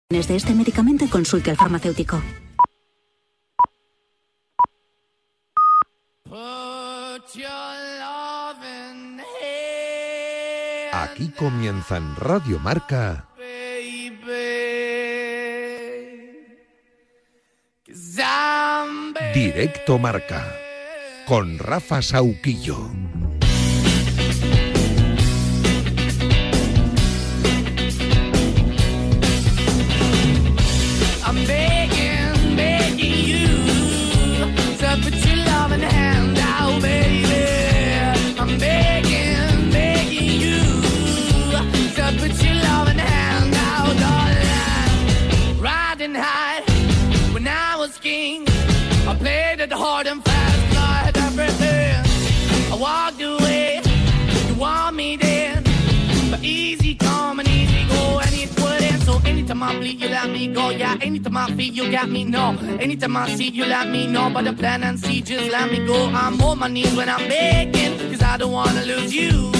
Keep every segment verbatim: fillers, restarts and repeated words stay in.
de este medicamento y consulte al farmacéutico. Aquí comienza en Radio Marca Directo Marca con Rafa Sauquillo. I'm begging, begging you to put your loving hand out, baby. I'm begging, begging you to put your loving hand out, darling. Riding high when I was king, I played it hard and fast, I had everything. I walked away, you want me then, but easy come and easy go, and it wouldn't. So anytime I bleed, you let me go. Yeah, anytime I feel, you got me, no. Anytime I see, you let me know. But the plan and see, just let me go. I'm on my knees when I'm begging, cause I don't wanna lose you.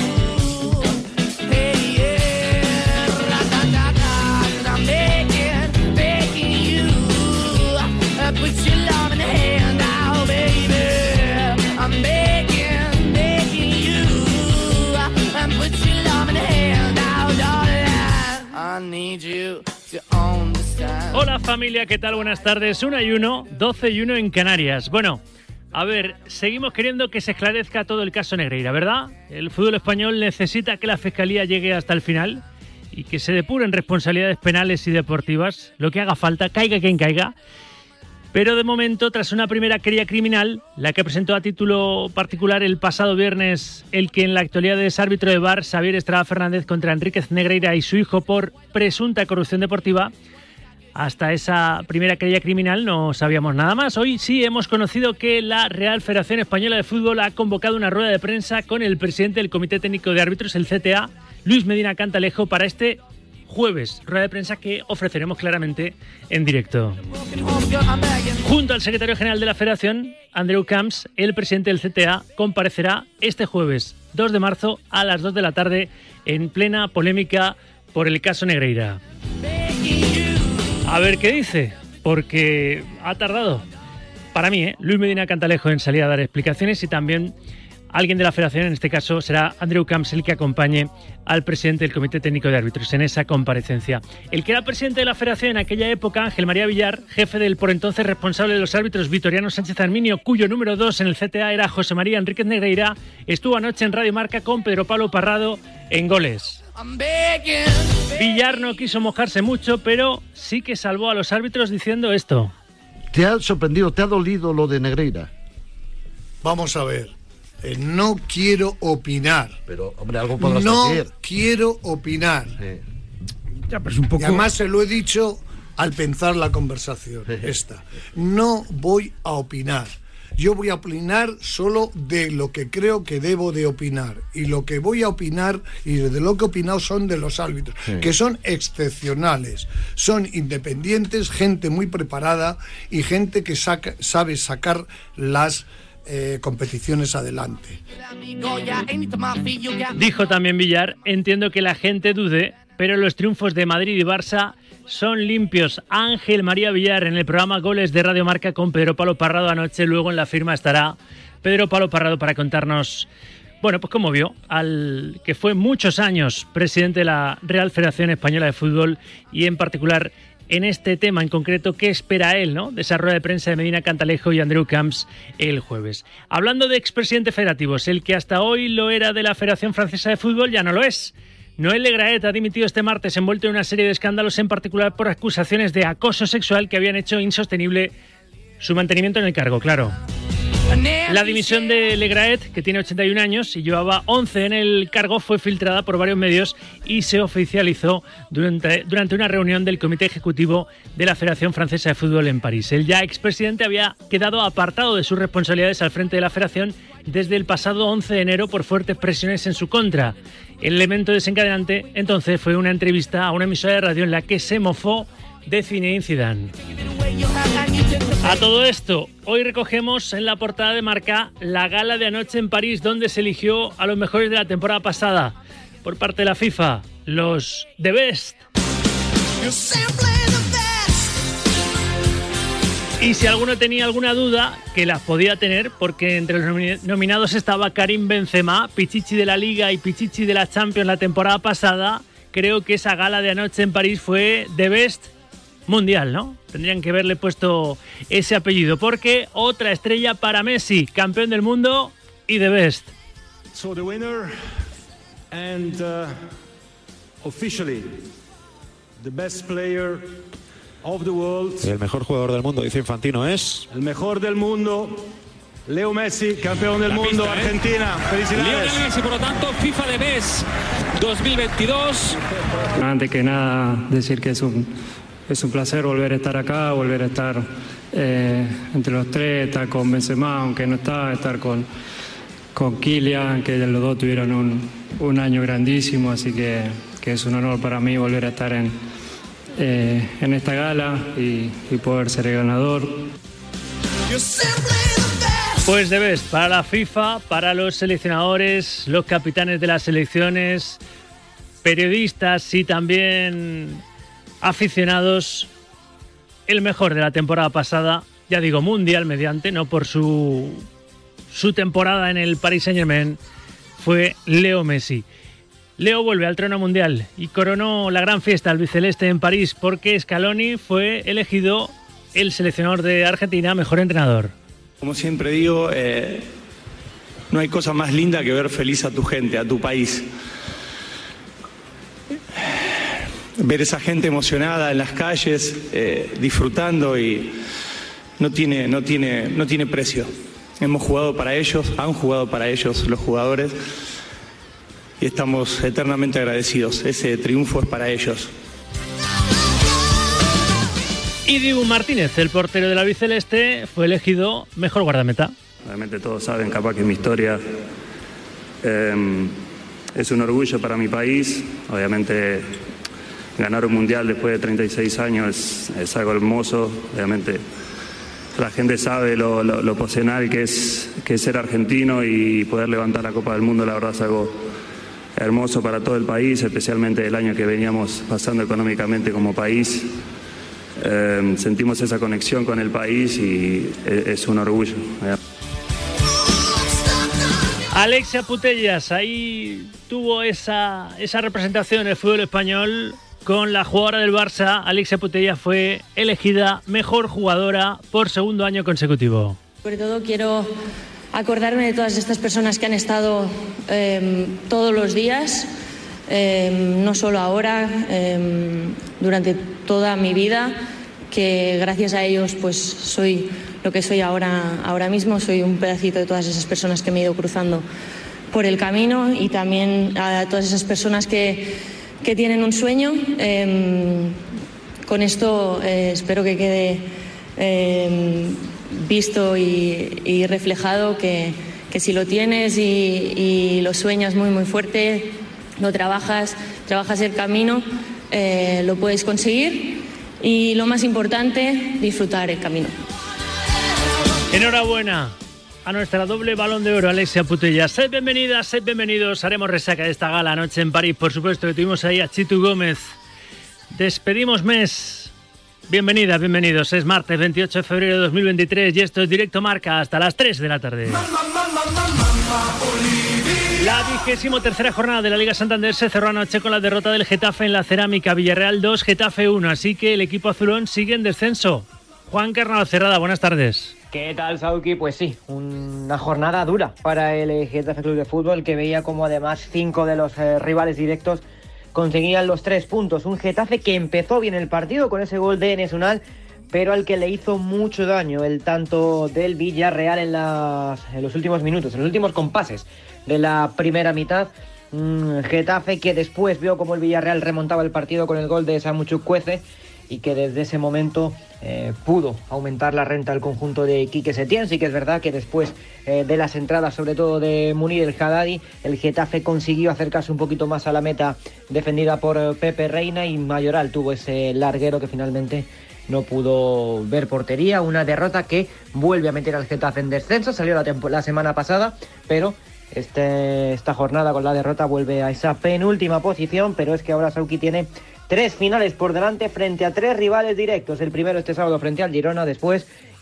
Hey, yeah, ra-da-da-da, cause I'm begging, begging you. Uh, put your love in the hand out, baby. I'm begging, begging you. Uh, put your love in the hand out, darling. I need you. Hola familia, ¿qué tal? Buenas tardes. Una y uno, doce y uno en Canarias. Bueno, a ver, seguimos queriendo que se esclarezca todo el caso Negreira, ¿verdad? El fútbol español necesita que la Fiscalía llegue hasta el final y que se depuren responsabilidades penales y deportivas, lo que haga falta, caiga quien caiga. Pero de momento, tras una primera querella criminal, la que presentó a título particular el pasado viernes el que en la actualidad es árbitro de V A R, Xavier Estrada Fernández, contra Enríquez Negreira y su hijo por presunta corrupción deportiva, hasta esa primera querella criminal no sabíamos nada más. Hoy sí hemos conocido que la Real Federación Española de Fútbol ha convocado una rueda de prensa con el presidente del Comité Técnico de Árbitros, el C T A, Luis Medina Cantalejo, para este jueves, rueda de prensa que ofreceremos claramente en directo. Junto al secretario general de la Federación, Andreu Camps, el presidente del C T A comparecerá este jueves, dos de marzo, a las dos de la tarde, en plena polémica por el caso Negreira. A ver qué dice, porque ha tardado, para mí, ¿eh? Luis Medina Cantalejo en salir a dar explicaciones, y también alguien de la Federación, en este caso será Andreu Camps, el que acompañe al presidente del Comité Técnico de Árbitros en esa comparecencia. El que era presidente de la Federación en aquella época, Ángel María Villar, jefe del por entonces responsable de los árbitros, Vitoriano Sánchez Arminio, cuyo número dos en el C T A era José María Enríquez Negreira, estuvo anoche en Radio Marca con Pedro Pablo Parrado en Goles. Villar no quiso mojarse mucho, pero sí que salvó a los árbitros diciendo esto. ¿Te ha sorprendido, te ha dolido lo de Negreira? Vamos a ver. Eh, no quiero opinar. Pero, hombre, algo podrás no decir. No quiero opinar. Sí. Ya, pero es un poco... Y además se lo he dicho al pensar la conversación esta. No voy a opinar. Yo voy a opinar solo de lo que creo que debo de opinar. Y lo que voy a opinar y de lo que he opinado son de los árbitros, sí, que son excepcionales. Son independientes, gente muy preparada y gente que saca, sabe sacar las Eh, competiciones adelante. Dijo también Villar: entiendo que la gente dude, pero los triunfos de Madrid y Barça son limpios. Ángel María Villar en el programa Goles de Radio Marca con Pedro Pablo Parrado anoche. Luego en la firma estará Pedro Pablo Parrado para contarnos, bueno, pues cómo vio al que fue muchos años presidente de la Real Federación Española de Fútbol, y en particular en este tema en concreto, ¿qué espera él, ¿no?, de esa rueda de prensa de Medina Cantalejo y Andreu Camps el jueves? Hablando de expresidentes federativos, el que hasta hoy lo era de la Federación Francesa de Fútbol ya no lo es. Noël Le Graët ha dimitido este martes envuelto en una serie de escándalos, en particular por acusaciones de acoso sexual que habían hecho insostenible su mantenimiento en el cargo, claro. La dimisión de Le Graët, que tiene ochenta y un años y llevaba once en el cargo, fue filtrada por varios medios y se oficializó durante, durante una reunión del Comité Ejecutivo de la Federación Francesa de Fútbol en París. El ya expresidente había quedado apartado de sus responsabilidades al frente de la Federación desde el pasado once de enero por fuertes presiones en su contra. El elemento desencadenante entonces fue una entrevista a una emisora de radio en la que se mofó de Zinedine Zidane. A todo esto, hoy recogemos en la portada de Marca la gala de anoche en París, donde se eligió a los mejores de la temporada pasada por parte de la FIFA, los The Best. Y si alguno tenía alguna duda, que las podía tener, porque entre los nominados estaba Karim Benzema, Pichichi de la Liga y Pichichi de la Champions la temporada pasada. Creo que esa gala de anoche en París fue The Best Mundial, ¿no? Tendrían que haberle puesto ese apellido, porque otra estrella para Messi, campeón del mundo y The Best. So the winner and uh, officially the best player of the world. El mejor jugador del mundo, dice Infantino, es... El mejor del mundo, Leo Messi, campeón del La mundo, pista, ¿eh? Argentina. Felicidades. Lionel Messi, por lo tanto, FIFA The Best dos mil veintidós. Antes que nada, decir que es un, es un placer volver a estar acá, volver a estar eh, entre los tres, estar con Benzema, aunque no está, estar con, con Kylian, que los dos tuvieron un, un año grandísimo, así que, que es un honor para mí volver a estar en... Eh, en esta gala y, y poder ser el ganador. Pues The Best para la FIFA, para los seleccionadores, los capitanes de las selecciones, periodistas y también aficionados. El mejor de la temporada pasada, ya digo mundial mediante, no por su, su temporada en el Paris Saint-Germain, fue Leo Messi. Leo vuelve al trono mundial y coronó la gran fiesta albiceleste en París, porque Scaloni fue elegido el seleccionador de Argentina mejor entrenador. Como siempre digo, eh, no hay cosa más linda que ver feliz a tu gente, a tu país. Ver esa gente emocionada en las calles, eh, disfrutando, y no tiene, no tiene, no tiene precio. Hemos jugado para ellos, han jugado para ellos los jugadores. Y estamos eternamente agradecidos. Ese triunfo es para ellos. Y Dibu Martínez, el portero del albiceleste, fue elegido mejor guardameta. Obviamente todos saben, capaz que mi historia eh, es un orgullo para mi país. Obviamente ganar un mundial después de treinta y seis años es, es algo hermoso. Obviamente la gente sabe lo, lo, lo pasional que es, que es ser argentino, y poder levantar la Copa del Mundo, la verdad es algo hermoso para todo el país, especialmente el año que veníamos pasando económicamente como país. Eh, sentimos esa conexión con el país y es, es un orgullo. Alexia Putellas, ahí tuvo esa, esa representación en el fútbol español con la jugadora del Barça. Alexia Putellas fue elegida mejor jugadora por segundo año consecutivo. Sobre todo quiero acordarme de todas estas personas que han estado eh, todos los días, eh, no solo ahora, eh, durante toda mi vida, que gracias a ellos pues soy lo que soy ahora, ahora mismo. Soy un pedacito de todas esas personas que me he ido cruzando por el camino, y también a todas esas personas que, que tienen un sueño. Eh, con esto eh, espero que quede eh, visto y, y reflejado que, que si lo tienes y, y lo sueñas muy muy fuerte, lo trabajas, trabajas el camino, eh, lo puedes conseguir, y lo más importante, disfrutar el camino. Enhorabuena a nuestra doble Balón de Oro, Alexia Putellas. Sed bienvenidas, sed bienvenidos. Haremos resaca de esta gala anoche en París. Por supuesto que tuvimos ahí a Chitu Gómez. Despedimos mes. Bienvenidas, bienvenidos. Es martes veintiocho de febrero de dos mil veintitrés y esto es Directo Marca hasta las tres de la tarde. La vigésimo tercera jornada de la Liga Santander se cerró anoche con la derrota del Getafe en la Cerámica. Villarreal dos, Getafe uno. Así que el equipo azulón sigue en descenso. Juan Carnal Cerrada, buenas tardes. ¿Qué tal, Sauki? Pues sí, una jornada dura para el Getafe Club de Fútbol, que veía como además cinco de los eh, rivales directos conseguían los tres puntos. Un Getafe que empezó bien el partido con ese gol de Enes Unal, pero al que le hizo mucho daño el tanto del Villarreal en, las, en los últimos minutos, en los últimos compases de la primera mitad. Un Getafe que después vio como el Villarreal remontaba el partido con el gol de Samu Chukwueze, y que desde ese momento eh, pudo aumentar la renta al conjunto de Quique Setién. Sí que es verdad que después eh, de las entradas, sobre todo de Munir El Haddadi, el Getafe consiguió acercarse un poquito más a la meta defendida por eh, Pepe Reina, y Mayoral tuvo ese larguero que finalmente no pudo ver portería. Una derrota que vuelve a meter al Getafe en descenso. Salió la, tempo- la semana pasada, pero este, esta jornada con la derrota vuelve a esa penúltima posición. Pero es que ahora Sauki tiene tres finales por delante frente a tres rivales directos. El primero este sábado frente al Girona, después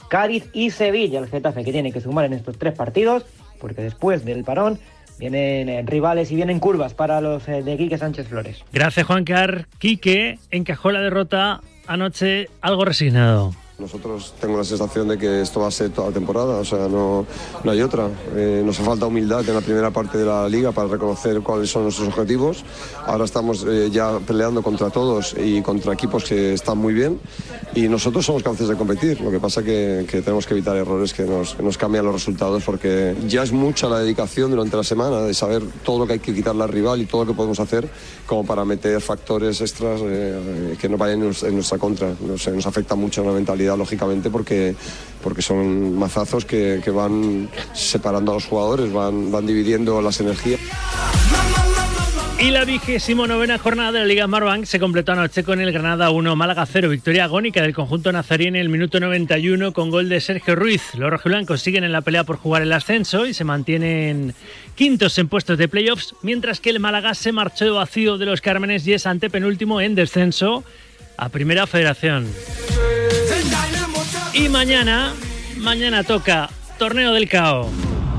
Cádiz y Sevilla. El Getafe que tiene que sumar en estos tres partidos, porque después del parón vienen eh, rivales y vienen curvas para los eh, de Quique Sánchez Flores. Gracias, Juancar. Quique encajó la derrota anoche algo resignado. Nosotros tengo la sensación de que esto va a ser toda la temporada, o sea, no, no hay otra. Eh, nos falta humildad en la primera parte de la liga para reconocer cuáles son nuestros objetivos. Ahora estamos eh, ya peleando contra todos y contra equipos que están muy bien y nosotros somos capaces de competir. Lo que pasa que, que tenemos que evitar errores que nos, que nos cambian los resultados, porque ya es mucha la dedicación durante la semana de saber todo lo que hay que quitarle al rival y todo lo que podemos hacer como para meter factores extras eh, que no vayan en nuestra contra. Nos, nos afecta mucho la mentalidad, lógicamente, porque, porque son mazazos que, que van separando a los jugadores, van, van dividiendo las energías. Y la vigésimo novena jornada de la Liga Smartbank se completó anoche con el Granada uno, Málaga cero. Victoria agónica del conjunto nazarí en el minuto noventa y uno con gol de Sergio Ruiz. Los rojiblancos siguen en la pelea por jugar el ascenso y se mantienen quintos en puestos de playoffs, mientras que el Málaga se marchó de vacío de los Cármenes y es antepenúltimo en descenso a Primera Federación. Y mañana, mañana toca Torneo del C A O.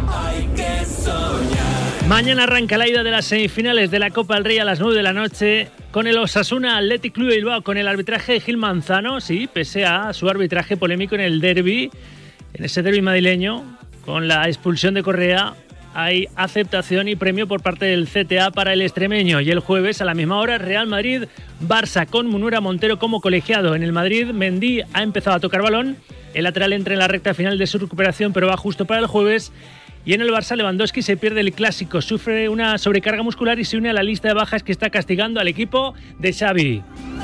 Mañana arranca la ida de las semifinales de la Copa del Rey a las nueve de la noche con el Osasuna Athletic Club de Bilbao, con el arbitraje de Gil Manzano, sí, pese a su arbitraje polémico en el derbi, en ese derbi madrileño, con la expulsión de Correa. Hay aceptación y premio por parte del C T A para el extremeño. Y el jueves a la misma hora Real Madrid-Barça con Munura Montero como colegiado. En el Madrid Mendy ha empezado a tocar balón. El lateral entra en la recta final de su recuperación, pero va justo para el jueves. Y en el Barça Lewandowski se pierde el clásico, sufre una sobrecarga muscular y se une a la lista de bajas que está castigando al equipo de Xavi.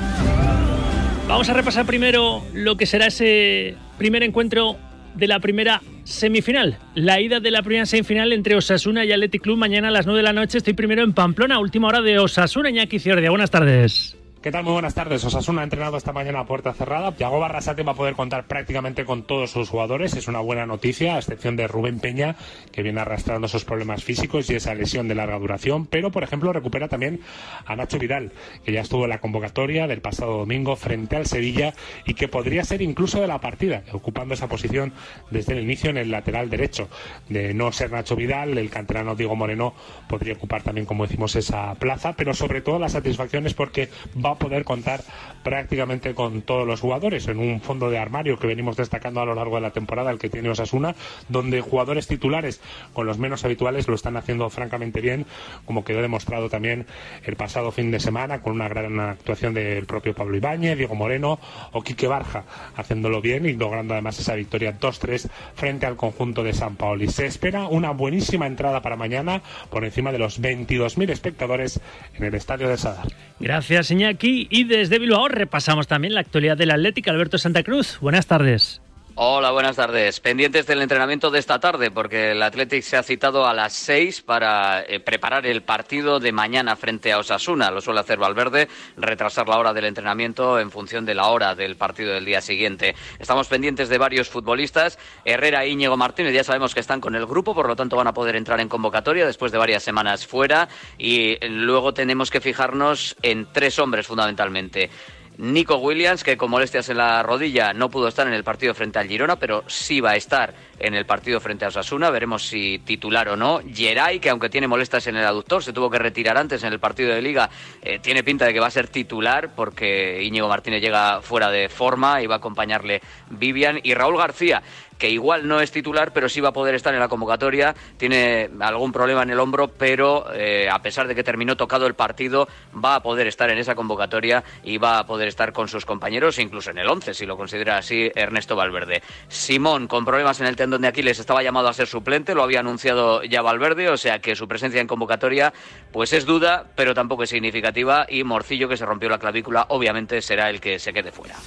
Vamos a repasar primero lo que será ese primer encuentro de la primera semifinal. La ida de la primera semifinal entre Osasuna y Athletic Club mañana a las nueve de la noche. Estoy primero en Pamplona, última hora de Osasuna. Iñaki Ciordia, buenas tardes. ¿Qué tal? Muy buenas tardes. Osasuna ha entrenado esta mañana a puerta cerrada. Yagoba Arrasate va a poder contar prácticamente con todos sus jugadores. Es una buena noticia, a excepción de Rubén Peña, que viene arrastrando esos problemas físicos y esa lesión de larga duración. Pero, por ejemplo, recupera también a Nacho Vidal, que ya estuvo en la convocatoria del pasado domingo frente al Sevilla y que podría ser incluso de la partida, ocupando esa posición desde el inicio en el lateral derecho. De no ser Nacho Vidal, el canterano Diego Moreno podría ocupar también, como decimos, esa plaza. Pero, sobre todo, la satisfacción es porque va a poder contar prácticamente con todos los jugadores en un fondo de armario que venimos destacando a lo largo de la temporada, el que tiene Osasuna, donde jugadores titulares con los menos habituales lo están haciendo francamente bien, como quedó demostrado también el pasado fin de semana con una gran actuación del propio Pablo Ibáñez, Diego Moreno o Quique Barja, haciéndolo bien y logrando además esa victoria dos tres frente al conjunto de San Paoli. Se espera una buenísima entrada para mañana por encima de los veintidós mil espectadores en el estadio de Sadar. Gracias, Iñaki. Y desde Bilbao repasamos también la actualidad del Atlético. Alberto Santa Cruz, buenas tardes. Hola, buenas tardes. Pendientes del entrenamiento de esta tarde, porque el Athletic se ha citado a las seis para eh, preparar el partido de mañana frente a Osasuna. Lo suele hacer Valverde, retrasar la hora del entrenamiento en función de la hora del partido del día siguiente. Estamos pendientes de varios futbolistas. Herrera e Íñigo Martínez ya sabemos que están con el grupo, por lo tanto van a poder entrar en convocatoria después de varias semanas fuera. Y luego tenemos que fijarnos en tres hombres fundamentalmente. Nico Williams, que con molestias en la rodilla no pudo estar en el partido frente al Girona, pero sí va a estar en el partido frente a Osasuna, veremos si titular o no. Geray, que aunque tiene molestias en el aductor, se tuvo que retirar antes en el partido de Liga, eh, tiene pinta de que va a ser titular porque Íñigo Martínez llega fuera de forma y va a acompañarle Vivian. Y Raúl García, que igual no es titular, pero sí va a poder estar en la convocatoria, tiene algún problema en el hombro, pero eh, a pesar de que terminó tocado el partido, va a poder estar en esa convocatoria y va a poder estar con sus compañeros, incluso en el once, si lo considera así Ernesto Valverde. Simón, con problemas en el tendón de Aquiles, estaba llamado a ser suplente, lo había anunciado ya Valverde, o sea que su presencia en convocatoria pues es duda, pero tampoco es significativa, y Morcillo, que se rompió la clavícula, obviamente será el que se quede fuera.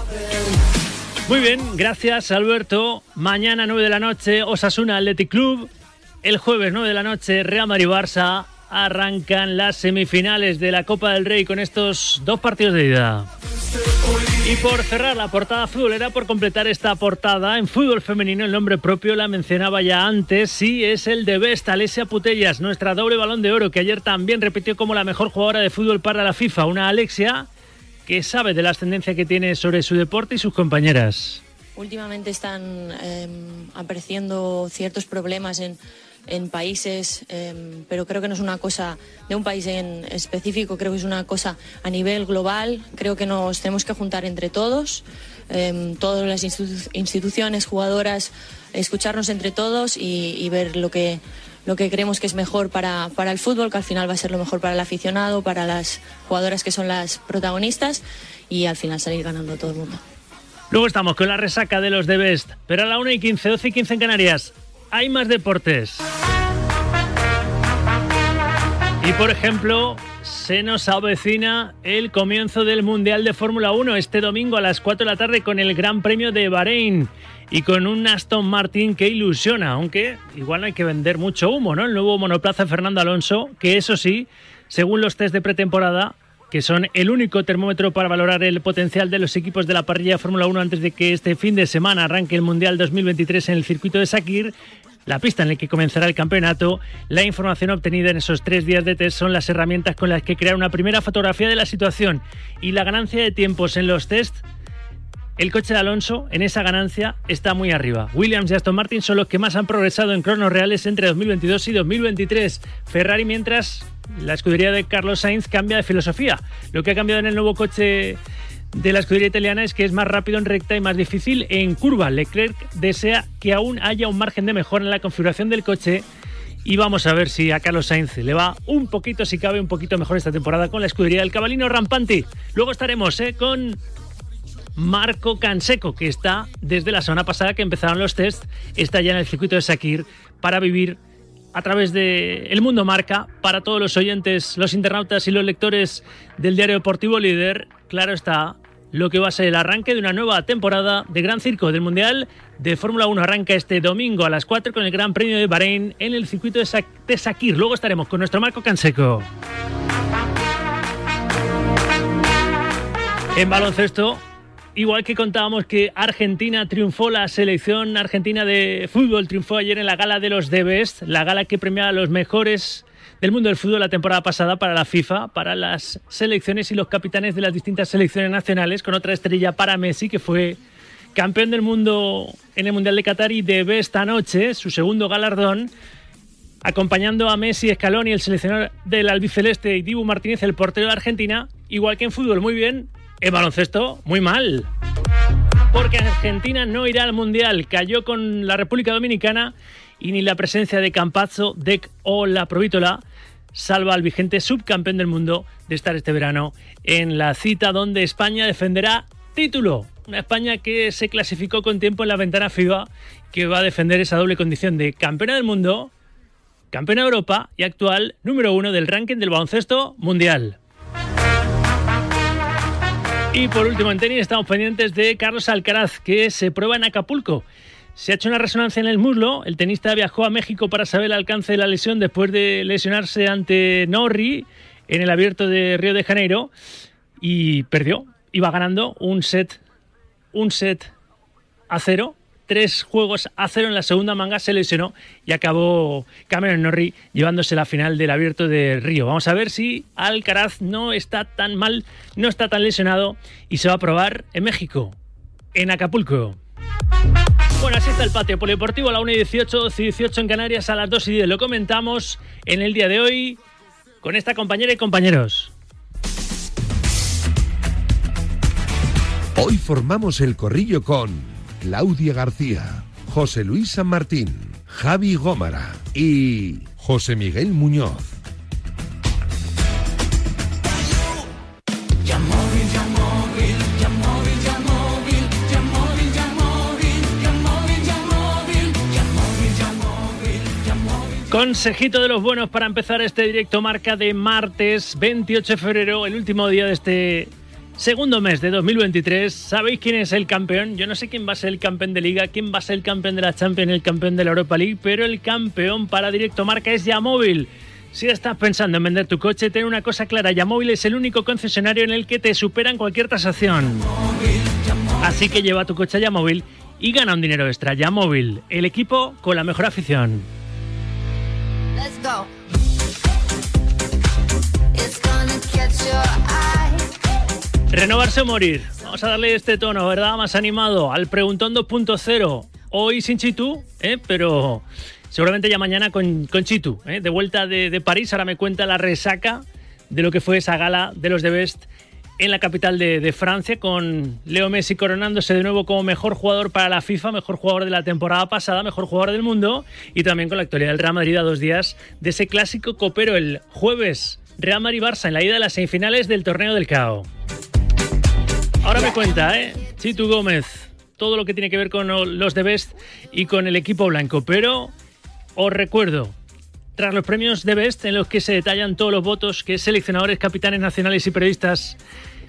Muy bien, gracias Alberto. Mañana nueve de la noche Osasuna Athletic Club. El jueves nueve de la noche Real Madrid Barça. Arrancan las semifinales de la Copa del Rey con estos dos partidos de ida. Y por cerrar la portada futbolera, por completar esta portada en fútbol femenino, el nombre propio la mencionaba ya antes, sí, es el de Best, Alessia Putellas, nuestra doble Balón de Oro, que ayer también repitió como la mejor jugadora de fútbol para la FIFA, una Alexia que sabe de la ascendencia que tiene sobre su deporte y sus compañeras. últimamente están eh, apareciendo ciertos problemas en, en países, eh, pero creo que no es una cosa de un país en específico, creo que es una cosa a nivel global. Creo que nos tenemos que juntar entre todos, eh, todas las institu- instituciones, jugadoras, escucharnos entre todos y, y ver lo que, lo que creemos que es mejor para, para el fútbol, que al final va a ser lo mejor para el aficionado, para las jugadoras que son las protagonistas, y al final salir ganando a todo el mundo. Luego estamos con la resaca de los The Best, pero a la una y quince, doce y quince en Canarias hay más deportes. Y por ejemplo, se nos avecina el comienzo del Mundial de Fórmula uno este domingo a las cuatro de la tarde con el Gran Premio de Bahrein y con un Aston Martin que ilusiona, aunque igual no hay que vender mucho humo, ¿no? El nuevo monoplaza Fernando Alonso, que eso sí, según los test de pretemporada, que son el único termómetro para valorar el potencial de los equipos de la parrilla Fórmula uno antes de que este fin de semana arranque el Mundial dos mil veintitrés en el circuito de Sakir, la pista en la que comenzará el campeonato. La información obtenida en esos tres días de test son las herramientas con las que crear una primera fotografía de la situación, y la ganancia de tiempos en los test, el coche de Alonso en esa ganancia está muy arriba. Williams y Aston Martin son los que más han progresado en cronos reales entre dos mil veintidós y dos mil veintitrés. Ferrari, mientras, la escudería de Carlos Sainz cambia de filosofía. Lo que ha cambiado en el nuevo coche de la escudería italiana es que es más rápido en recta y más difícil en curva. Leclerc desea que aún haya un margen de mejora en la configuración del coche, y vamos a ver si a Carlos Sainz le va un poquito, si cabe, un poquito mejor esta temporada con la escudería del cabalino rampante. Luego estaremos ¿eh? con Marco Canseco, que está desde la semana pasada que empezaron los test, está ya en el circuito de Sakir para vivir a través de El Mundo Marca, para todos los oyentes, los internautas y los lectores del diario deportivo Líder. Claro está, lo que va a ser el arranque de una nueva temporada de Gran Circo del Mundial de Fórmula uno. Arranca este domingo a las cuatro con el Gran Premio de Bahrein en el circuito de, Sa- de Sakir. Luego estaremos con nuestro Marco Canseco. En baloncesto, igual que contábamos que Argentina triunfó, la selección argentina de fútbol triunfó ayer en la gala de los The Best, la gala que premiaba a los mejores del mundo del fútbol la temporada pasada para la FIFA, para las selecciones y los capitanes de las distintas selecciones nacionales, con otra estrella para Messi, que fue campeón del mundo en el Mundial de Qatar y The Best anoche, su segundo galardón, acompañando a Messi, Scaloni, el seleccionador del albiceleste, y Dibu Martínez, el portero de Argentina. Igual que en fútbol, muy bien. En baloncesto, muy mal, porque Argentina no irá al Mundial. Cayó con la República Dominicana y ni la presencia de Campazzo, Dec o La Provítola salva al vigente subcampeón del mundo de estar este verano en la cita donde España defenderá título. Una España que se clasificó con tiempo en la ventana FIBA, que va a defender esa doble condición de campeona del mundo, campeona de Europa y actual número uno del ranking del baloncesto mundial. Y por último, en tenis estamos pendientes de Carlos Alcaraz, que se prueba en Acapulco. Se ha hecho una resonancia en el muslo. El tenista viajó a México para saber el alcance de la lesión después de lesionarse ante Norrie en el Abierto de Río de Janeiro y perdió. Iba ganando un set, un set a cero. Tres juegos a cero en la segunda manga, se lesionó y acabó Cameron Norrie llevándose la final del Abierto de Río. Vamos a ver si Alcaraz no está tan mal, no está tan lesionado y se va a probar en México, en Acapulco. Bueno, así está el patio polideportivo a la una y dieciocho, doce y dieciocho en Canarias, a las dos y diez. Lo comentamos en el día de hoy con esta compañera y compañeros. Hoy formamos el corrillo con Claudia García, José Luis San Martín, Javi Gómara y José Miguel Muñoz. Consejito de los buenos para empezar este directo marca de martes veintiocho de febrero, el último día de este segundo mes de dos mil veintitrés. ¿Sabéis quién es el campeón? Yo no sé quién va a ser el campeón de Liga, quién va a ser el campeón de la Champions, el campeón de la Europa League, pero el campeón para Directo Marca es Yamóvil. Si estás pensando en vender tu coche, ten una cosa clara: Yamóvil es el único concesionario en el que te superan cualquier tasación. Así que lleva tu coche a Yamóvil y gana un dinero extra. Yamóvil, el equipo con la mejor afición. Let's go. It's gonna catch your eye. Renovarse o morir. Vamos a darle este tono, ¿verdad? Más animado al Preguntón dos punto cero. Hoy sin Chitu, ¿eh? Pero seguramente ya mañana con, con Chitu, ¿eh? De vuelta de, de París. Ahora me cuenta la resaca de lo que fue esa gala de los The Best en la capital de, de Francia, con Leo Messi coronándose de nuevo como mejor jugador para la FIFA, mejor jugador de la temporada pasada, mejor jugador del mundo, y también con la actualidad del Real Madrid a dos días de ese clásico copero el jueves. Real Madrid-Barça en la ida de las semifinales del torneo del C A O. Ahora me cuenta, ¿eh? Chitu Gómez, todo lo que tiene que ver con los The Best y con el equipo blanco. Pero os recuerdo, tras los premios The Best, en los que se detallan todos los votos que seleccionadores, capitanes nacionales y periodistas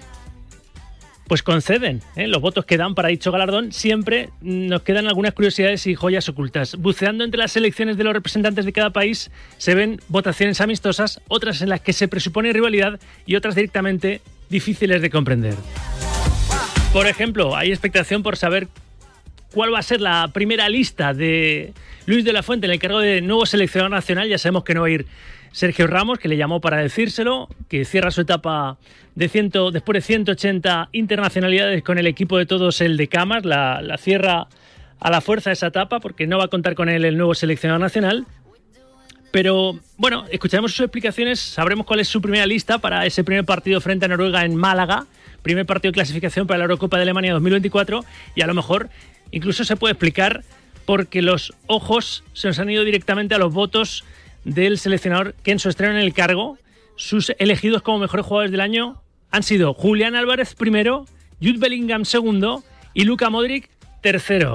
pues conceden, ¿eh? Los votos que dan para dicho galardón, siempre nos quedan algunas curiosidades y joyas ocultas. Buceando entre las selecciones de los representantes de cada país, se ven votaciones amistosas, otras en las que se presupone rivalidad y otras directamente difíciles de comprender. Por ejemplo, hay expectación por saber cuál va a ser la primera lista de Luis de la Fuente en el cargo de nuevo seleccionador nacional. Ya sabemos que no va a ir Sergio Ramos, que le llamó para decírselo, que cierra su etapa de cien, después de ciento ochenta internacionalidades con el equipo de todos, el de Camas, la, la cierra a la fuerza esa etapa porque no va a contar con él el nuevo seleccionador nacional. Pero bueno, escucharemos sus explicaciones, sabremos cuál es su primera lista para ese primer partido frente a Noruega en Málaga, primer partido de clasificación para la Eurocopa de Alemania dos mil veinticuatro, y a lo mejor incluso se puede explicar porque los ojos se nos han ido directamente a los votos del seleccionador que en su estreno en el cargo, sus elegidos como mejores jugadores del año han sido Julián Álvarez primero, Jude Bellingham segundo y Luka Modric tercero.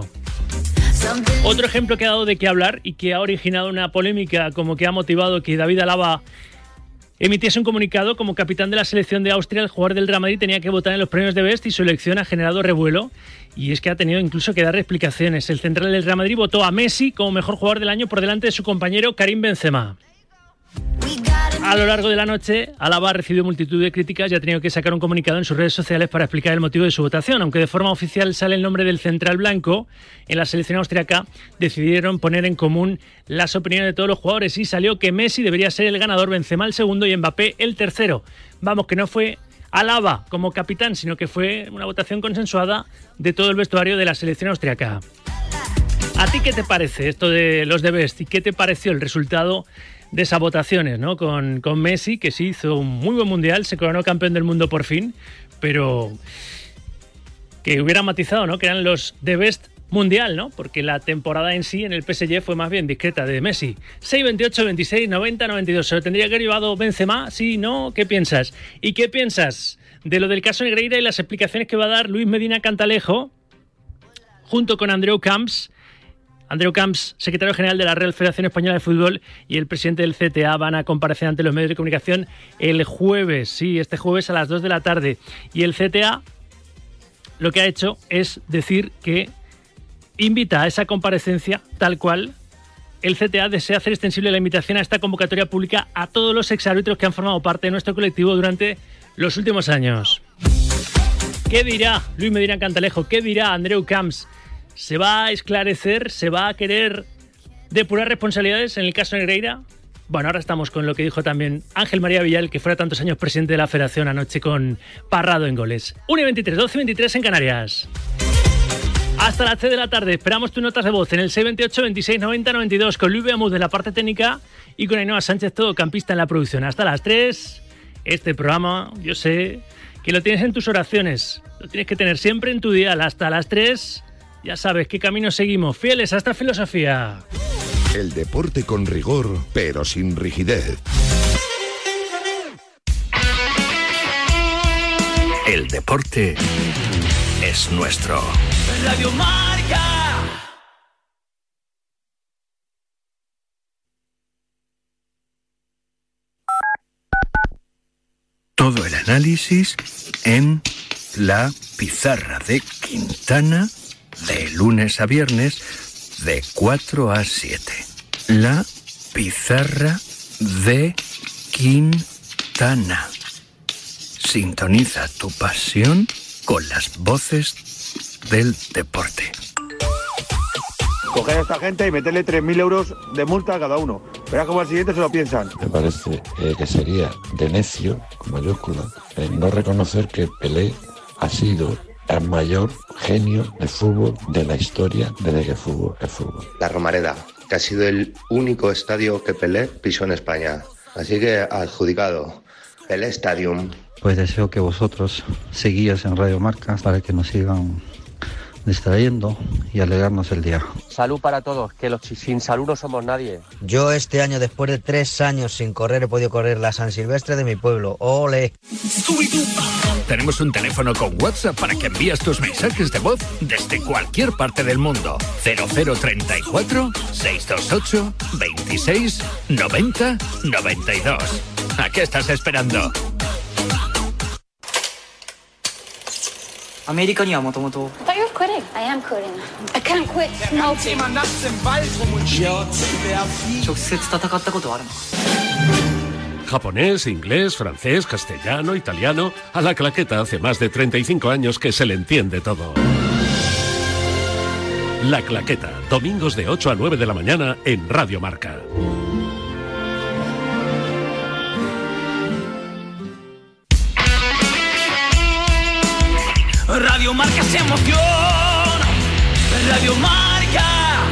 Otro ejemplo que ha dado de qué hablar y que ha originado una polémica, como que ha motivado que David Alaba emitiese un comunicado: como capitán de la selección de Austria, el jugador del Real Madrid tenía que votar en los premios de Best y su elección ha generado revuelo, y es que ha tenido incluso que dar explicaciones. El central del Real Madrid votó a Messi como mejor jugador del año por delante de su compañero Karim Benzema. A lo largo de la noche, Alaba ha recibido multitud de críticas y ha tenido que sacar un comunicado en sus redes sociales para explicar el motivo de su votación. Aunque de forma oficial sale el nombre del central blanco, en la selección austriaca decidieron poner en común las opiniones de todos los jugadores y salió que Messi debería ser el ganador, Benzema el segundo y Mbappé el tercero. Vamos, que no fue Alaba como capitán, sino que fue una votación consensuada de todo el vestuario de la selección austriaca. ¿A ti qué te parece esto de los The Best y qué te pareció el resultado de esas votaciones, ¿no? Con, con Messi, que sí hizo un muy buen mundial, se coronó campeón del mundo por fin, pero que hubiera matizado, ¿no? Que eran los The Best mundial, ¿no? Porque la temporada en sí en el P S G fue más bien discreta de Messi. seis, veintiocho, veintiséis, noventa, noventa y dos. ¿Se lo tendría que haber llevado Benzema? Sí, no. ¿Qué piensas? ¿Y qué piensas de lo del caso Negreira y las explicaciones que va a dar Luis Medina Cantalejo junto con Andreu Camps? Andreu Camps, secretario general de la Real Federación Española de Fútbol, y el presidente del C T A van a comparecer ante los medios de comunicación el jueves, sí, este jueves a las dos de la tarde. Y el C T A lo que ha hecho es decir que invita a esa comparecencia tal cual. El C T A desea hacer extensible la invitación a esta convocatoria pública a todos los exárbitros que han formado parte de nuestro colectivo durante los últimos años. ¿Qué dirá Luis Medina Cantalejo? ¿Qué dirá Andreu Camps? ¿Se va a esclarecer? ¿Se va a querer depurar responsabilidades en el caso Negreira? Bueno, ahora estamos con lo que dijo también Ángel María Villal, que fuera tantos años presidente de la Federación anoche con Parrado en goles. una y veintitrés, doce y veintitrés en Canarias. Hasta las tres de la tarde esperamos tus notas de voz en el seis, veintiocho, veintiséis, noventa, noventa y dos con Luis Beamud en la parte técnica y con Ainhoa Sánchez, todocampista, en la producción. Hasta las tres, este programa, yo sé que lo tienes en tus oraciones, lo tienes que tener siempre en tu dial. Hasta las tres... ya sabes qué camino seguimos, fieles a esta filosofía. El deporte con rigor, pero sin rigidez. El deporte es nuestro. Radio Marca. Todo el análisis en La Pizarra de Quintana, de lunes a viernes, de cuatro a siete. La Pizarra de Quintana. Sintoniza tu pasión con las voces del deporte. Coger a esta gente y meterle tres mil euros de multa a cada uno. Verás como al siguiente se lo piensan. Me parece eh, que sería de necio, con mayúscula, eh, no reconocer que Pelé ha sido el mayor genio de fútbol de la historia desde que el fútbol es fútbol. La Romareda, que ha sido el único estadio que Pelé pisó en España. Así que adjudicado, Pelé Stadium. Pues deseo que vosotros seguíis en Radio Marca para que nos sigan distrayendo y alegrarnos el día. Salud para todos, que los sin salud no somos nadie. Yo este año, después de tres años sin correr, he podido correr la San Silvestre de mi pueblo. ¡Ole! Tenemos un teléfono con WhatsApp para que envíes tus mensajes de voz desde cualquier parte del mundo. cero cero treinta y cuatro, seiscientos veintiocho, veintiséis, noventa, noventa y dos. ¿A qué estás esperando? アメリカにはもともと I thought you were quitting. I am quitting. I can't quit smoking. 直接戦ったことあるの Japonés, inglés, francés, castellano, italiano. A la claqueta hace más de treinta y cinco años que se le entiende todo. La Claqueta, domingos de ocho a nueve de la mañana en Radio Marca. Radio Marca se emociona. Radio Marca.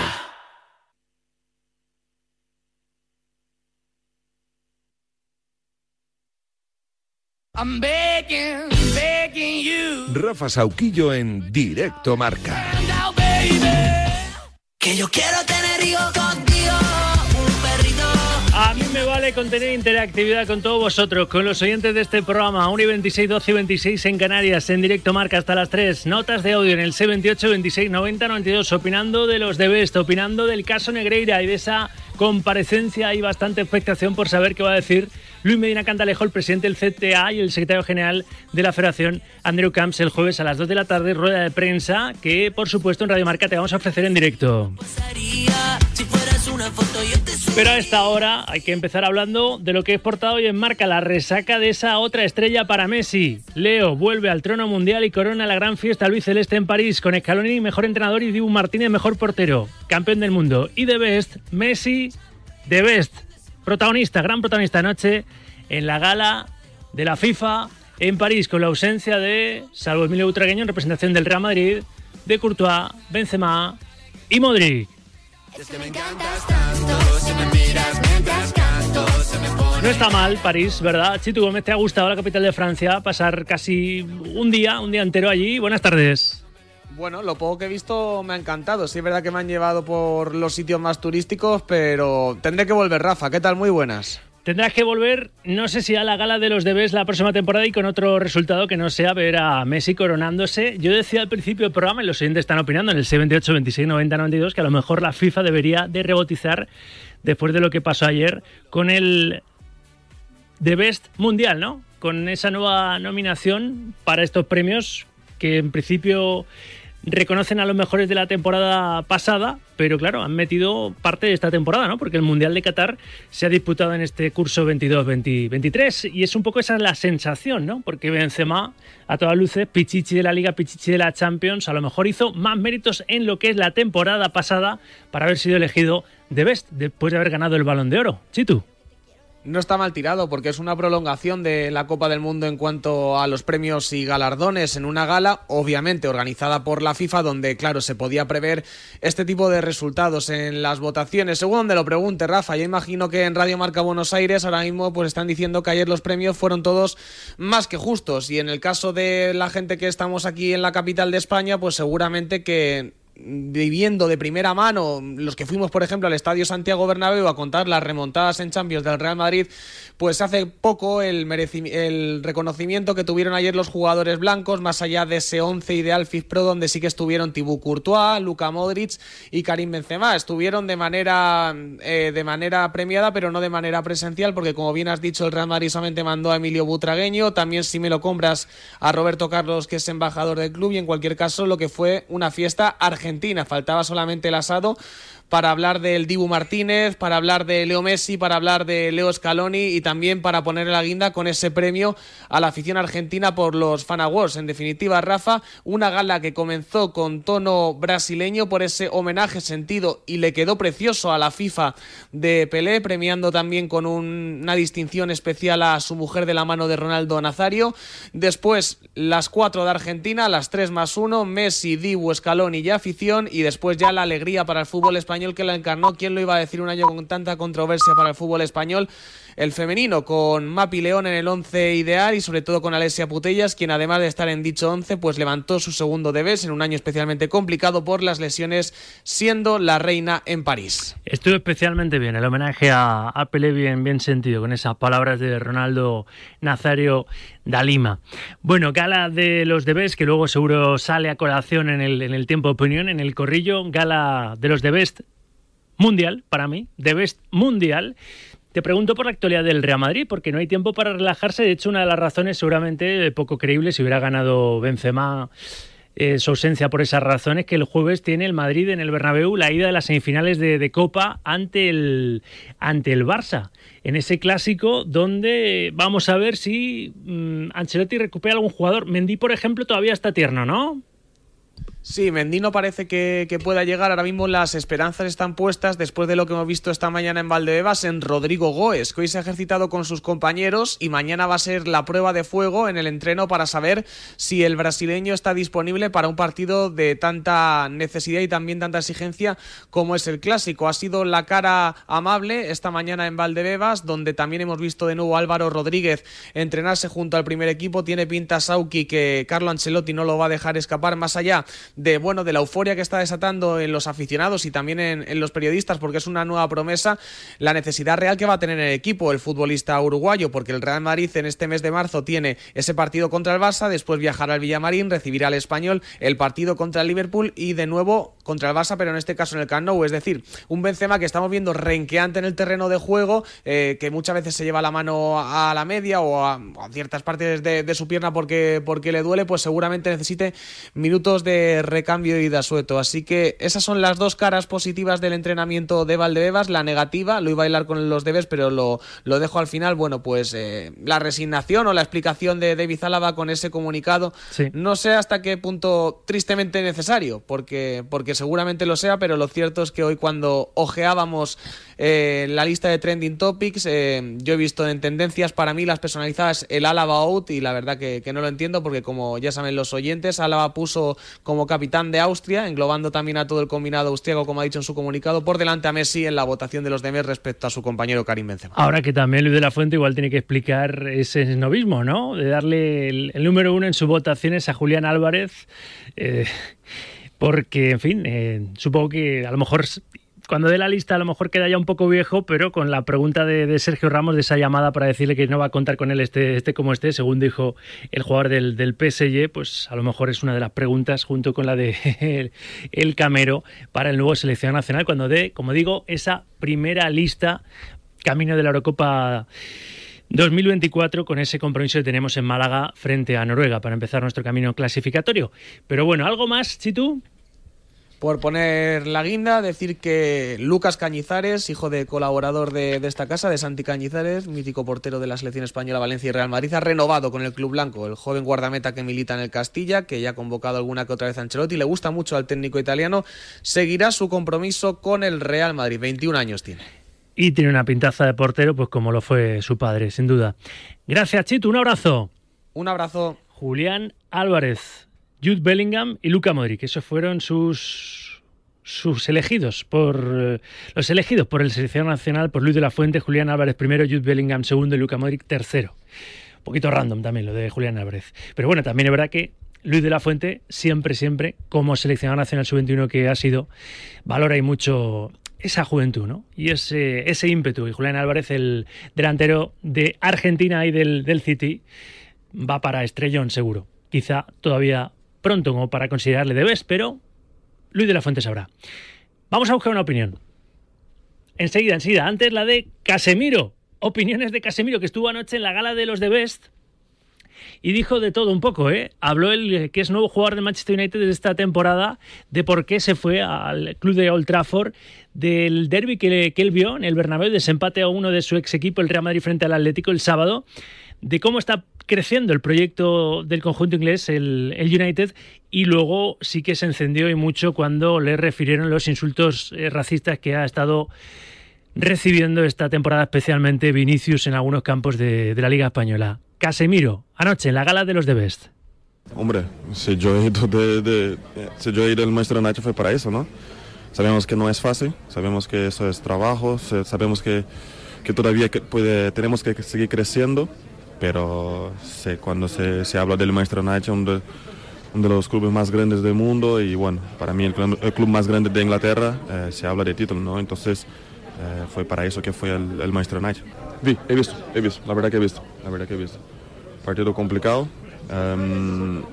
I'm begging, begging you. Rafa Sauquillo en Directo Marca. Now, baby, que yo quiero tener hijos contigo, un perrito. A mí me vale con tener interactividad con todos vosotros, con los oyentes de este programa. uno y veintiséis, doce y veintiséis en Canarias, en Directo Marca hasta las tres. Notas de audio en el seis veintiocho, veintiséis, noventa, noventa y dos, opinando de los de Best, opinando del caso Negreira y de esa comparecencia. Hay bastante expectación por saber qué va a decir Luis Medina Cantalejo, el presidente del C T A y el secretario general de la Federación, Andreu Camps, el jueves a las dos de la tarde, rueda de prensa que, por supuesto, en Radio Marca te vamos a ofrecer en directo. Pero a esta hora hay que empezar hablando de lo que es portada hoy en Marca, la resaca de esa otra estrella para Messi. Leo vuelve al trono mundial y corona la gran fiesta albiceleste en París, con Scaloni mejor entrenador y Dibu Martínez mejor portero, campeón del mundo. Y The Best, Messi, The Best, protagonista, gran protagonista anoche en la gala de la FIFA en París, con la ausencia de, salvo Emilio Butragueño en representación del Real Madrid, de Courtois, Benzema y Modric. No está mal París, ¿verdad? Chitu Gómez, ¿te ha gustado la capital de Francia? Pasar casi un día, un día entero allí. Buenas tardes. Bueno, lo poco que he visto me ha encantado. Sí es verdad que me han llevado por los sitios más turísticos, pero tendré que volver, Rafa. ¿Qué tal? Muy buenas. Tendrás que volver, no sé si a la gala de los D Bs la próxima temporada y con otro resultado que no sea ver a Messi coronándose. Yo decía al principio del programa, y los oyentes están opinando en el seis veintiocho, veintiséis, noventa, noventa y dos, que a lo mejor la FIFA debería de rebotizar después de lo que pasó ayer con el The Best Mundial, ¿no? Con esa nueva nominación para estos premios que en principio reconocen a los mejores de la temporada pasada, pero claro, han metido parte de esta temporada, ¿no? Porque el Mundial de Qatar se ha disputado en este curso veintidós veintitrés y es un poco esa la sensación, ¿no? Porque Benzema, a todas luces, pichichi de la Liga, pichichi de la Champions, a lo mejor hizo más méritos en lo que es la temporada pasada para haber sido elegido The Best después de haber ganado el Balón de Oro. Chitu. No está mal tirado porque es una prolongación de la Copa del Mundo en cuanto a los premios y galardones en una gala, obviamente organizada por la FIFA, donde, claro, se podía prever este tipo de resultados en las votaciones. Según donde lo pregunte, Rafa, yo imagino que en Radio Marca Buenos Aires ahora mismo pues están diciendo que ayer los premios fueron todos más que justos, y en el caso de la gente que estamos aquí en la capital de España, pues seguramente que viviendo de primera mano, los que fuimos por ejemplo al Estadio Santiago Bernabéu a contar las remontadas en Champions del Real Madrid, pues hace poco el, mereci- el reconocimiento que tuvieron ayer los jugadores blancos, más allá de ese once ideal FIFPro donde sí que estuvieron Thibaut Courtois, Luka Modric y Karim Benzema. Estuvieron de manera eh, de manera premiada, pero no de manera presencial, porque como bien has dicho, el Real Madrid solamente mandó a Emilio Butragueño, también, si me lo compras, a Roberto Carlos, que es embajador del club, y en cualquier caso lo que fue una fiesta argentina. Faltaba solamente el asado para hablar del Dibu Martínez, para hablar de Leo Messi, para hablar de Leo Scaloni y también para poner la guinda con ese premio a la afición argentina por los Fan Awards. En definitiva, Rafa, una gala que comenzó con tono brasileño por ese homenaje sentido y le quedó precioso a la FIFA de Pelé, premiando también con un, una distinción especial a su mujer de la mano de Ronaldo Nazario. Después las cuatro de Argentina, las tres más uno, Messi, Dibu, Scaloni y afición, y después ya la alegría para el fútbol español que la encarnó. ¿Quién lo iba a decir un año con tanta controversia para el fútbol español? El femenino, con Mapi León en el once ideal y sobre todo con Alessia Putellas, quien además de estar en dicho once, pues levantó su segundo debés en un año especialmente complicado por las lesiones, siendo la reina en París. Estuvo especialmente bien el homenaje a, a Pelé, bien, bien sentido, con esas palabras de Ronaldo Nazario da Lima. Bueno, gala de los debés, que luego seguro sale a colación en el, en el tiempo de opinión, en el corrillo, gala de los debés mundial, para mí, debés mundial. Te pregunto por la actualidad del Real Madrid, porque no hay tiempo para relajarse. De hecho, una de las razones seguramente poco creíble, si hubiera ganado Benzema, eh, su ausencia por esas razones, que el jueves tiene el Madrid en el Bernabéu la ida de las semifinales de, de Copa ante el, ante el Barça. En ese clásico donde vamos a ver si mmm, Ancelotti recupera algún jugador. Mendy, por ejemplo, todavía está tierno, ¿no? Sí, Mendy no parece que, que pueda llegar. Ahora mismo las esperanzas están puestas, después de lo que hemos visto esta mañana en Valdebebas, en Rodrigo Goes, que hoy se ha ejercitado con sus compañeros y mañana va a ser la prueba de fuego en el entreno para saber si el brasileño está disponible para un partido de tanta necesidad y también tanta exigencia como es el clásico. Ha sido la cara amable esta mañana en Valdebebas, donde también hemos visto de nuevo a Álvaro Rodríguez entrenarse junto al primer equipo. Tiene pinta Sauki que Carlo Ancelotti no lo va a dejar escapar, más allá de bueno de la euforia que está desatando en los aficionados y también en, en los periodistas, porque es una nueva promesa, la necesidad real que va a tener el equipo, el futbolista uruguayo, porque el Real Madrid en este mes de marzo tiene ese partido contra el Barça, después viajará al Villamarín, recibirá al Español, el partido contra el Liverpool y de nuevo contra el Barça, pero en este caso en el Camp Nou. Es decir, un Benzema que estamos viendo renqueante en el terreno de juego, eh, que muchas veces se lleva la mano a la media o a, a ciertas partes de, de su pierna porque, porque le duele, pues seguramente necesite minutos de recambio y de asueto. Así que esas son las dos caras positivas del entrenamiento de Valdebebas. La negativa, lo iba a bailar con los debes, pero lo, lo dejo al final. Bueno, pues eh, la resignación o la explicación de David Álava con ese comunicado, sí. No sé hasta qué punto tristemente necesario, porque, porque seguramente lo sea, pero lo cierto es que hoy cuando ojeábamos eh, la lista de trending topics, eh, yo he visto en tendencias para mí las personalizadas el Álava out, y la verdad que, que no lo entiendo, porque como ya saben los oyentes, Álava puso como capitán de Austria, englobando también a todo el combinado austriaco, como ha dicho en su comunicado, por delante a Messi en la votación de los demás respecto a su compañero Karim Benzema. Ahora que también Luis de la Fuente igual tiene que explicar ese esnovismo, ¿no? De darle el, el número uno en sus votaciones a Julián Álvarez, eh, porque, en fin, eh, supongo que a lo mejor cuando dé la lista a lo mejor queda ya un poco viejo, pero con la pregunta de, de Sergio Ramos, de esa llamada para decirle que no va a contar con él este, este como este, según dijo el jugador del, del P S G, pues a lo mejor es una de las preguntas junto con la de el, el Camero para el nuevo seleccionado nacional cuando dé, como digo, esa primera lista camino de la Eurocopa dos mil veinticuatro, con ese compromiso que tenemos en Málaga frente a Noruega para empezar nuestro camino clasificatorio. Pero bueno, ¿algo más, Chitu? Por poner la guinda, decir que Lucas Cañizares, hijo de colaborador de, de esta casa, de Santi Cañizares, mítico portero de la selección española, Valencia y Real Madrid, ha renovado con el club blanco. El joven guardameta que milita en el Castilla, que ya ha convocado alguna que otra vez a Ancelotti, le gusta mucho al técnico italiano, seguirá su compromiso con el Real Madrid. veintiún años tiene. Y tiene una pintaza de portero, pues como lo fue su padre, sin duda. Gracias, Chitu, un abrazo. Un abrazo. Julián Álvarez, Jude Bellingham y Luka Modric, esos fueron sus sus elegidos por eh, los elegidos por el seleccionado nacional, por Luis de la Fuente. Julián Álvarez primero, Jude Bellingham segundo y Luka Modric tercero. Un poquito random también lo de Julián Álvarez. Pero bueno, también es verdad que Luis de la Fuente siempre, siempre, como seleccionado nacional sub veintiuno que ha sido, valora y mucho esa juventud, ¿no? Y ese, ese ímpetu. Y Julián Álvarez, el delantero de Argentina y del, del City, va para estrellón seguro. Quizá todavía pronto como para considerarle debes, pero Luis de la Fuente sabrá. Vamos a buscar una opinión. Enseguida, enseguida. Antes la de Casemiro. Opiniones de Casemiro, que estuvo anoche en la gala de los The Best y dijo de todo un poco, ¿eh? Habló el que es nuevo jugador de Manchester United de esta temporada, de por qué se fue al club de Old Trafford, del derbi que, que él vio en el Bernabéu, desempate a uno de su ex equipo, el Real Madrid, frente al Atlético el sábado, de cómo está creciendo el proyecto del conjunto inglés, el, el United, y luego sí que se encendió y mucho cuando le refirieron los insultos eh, racistas que ha estado recibiendo esta temporada, especialmente Vinicius en algunos campos de, de la Liga Española. Casemiro, anoche en la gala de los The Best. Hombre, si yo he ido de, de, si yo he ido del Manchester United fue para eso, ¿no? Sabemos que no es fácil, sabemos que eso es trabajo, sabemos que, que todavía que puede, tenemos que seguir creciendo, pero sí, cuando se, se habla del Manchester United, uno de, uno de los clubes más grandes del mundo, y bueno, para mí el, el club más grande de Inglaterra, eh, se habla de título, ¿no? Entonces eh, fue para eso que fue el, el Manchester United. Vi, he visto, he visto, la verdad que he visto, la verdad que he visto. Partido complicado. Um,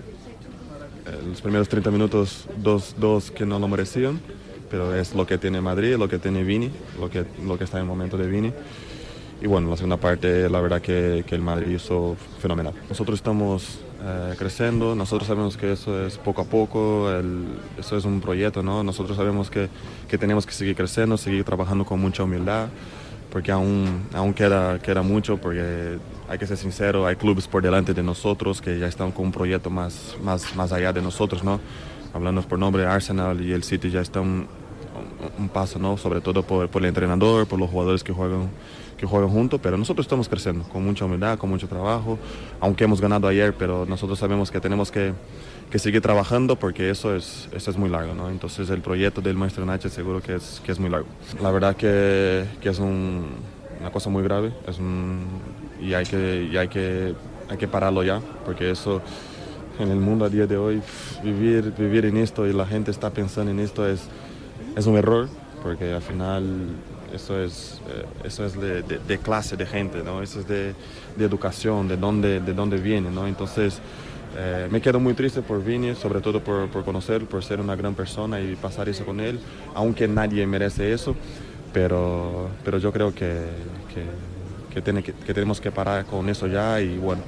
los primeros treinta minutos, dos, dos que no lo merecían, pero es lo que tiene Madrid, lo que tiene Vini, lo que, lo que está en el momento de Vini. Y bueno, la segunda parte, la verdad que, que el Madrid hizo fenomenal. Nosotros estamos eh, creciendo, nosotros sabemos que eso es poco a poco, el, eso es un proyecto, ¿no? Nosotros sabemos que, que tenemos que seguir creciendo, seguir trabajando con mucha humildad, porque aún, aún queda, queda mucho, porque hay que ser sincero, hay clubes por delante de nosotros que ya están con un proyecto más, más, más allá de nosotros, ¿no? Hablando por nombre, Arsenal y el City ya están un, un paso, ¿no? Sobre todo por, por el entrenador, por los jugadores que juegan, que juegan juntos, pero nosotros estamos creciendo con mucha humildad, con mucho trabajo, aunque hemos ganado ayer, pero nosotros sabemos que tenemos que, que seguir trabajando, porque eso es, eso es muy largo, ¿no? Entonces el proyecto del Manchester United seguro que es, que es muy largo. La verdad que, que es un, una cosa muy grave, es un, y, hay que, y hay, que, hay que pararlo ya, porque eso en el mundo a día de hoy, vivir, vivir en esto y la gente está pensando en esto es, es un error, porque al final eso es, eh, eso es de, de, de clase de gente, ¿no? Eso es de, de educación, de dónde, de dónde viene, ¿no? Entonces eh, me quedo muy triste por Vini, sobre todo por, por conocer, por ser una gran persona y pasar eso con él, aunque nadie merece eso, pero, pero yo creo que, que, que, tiene que, que tenemos que parar con eso ya. Y bueno,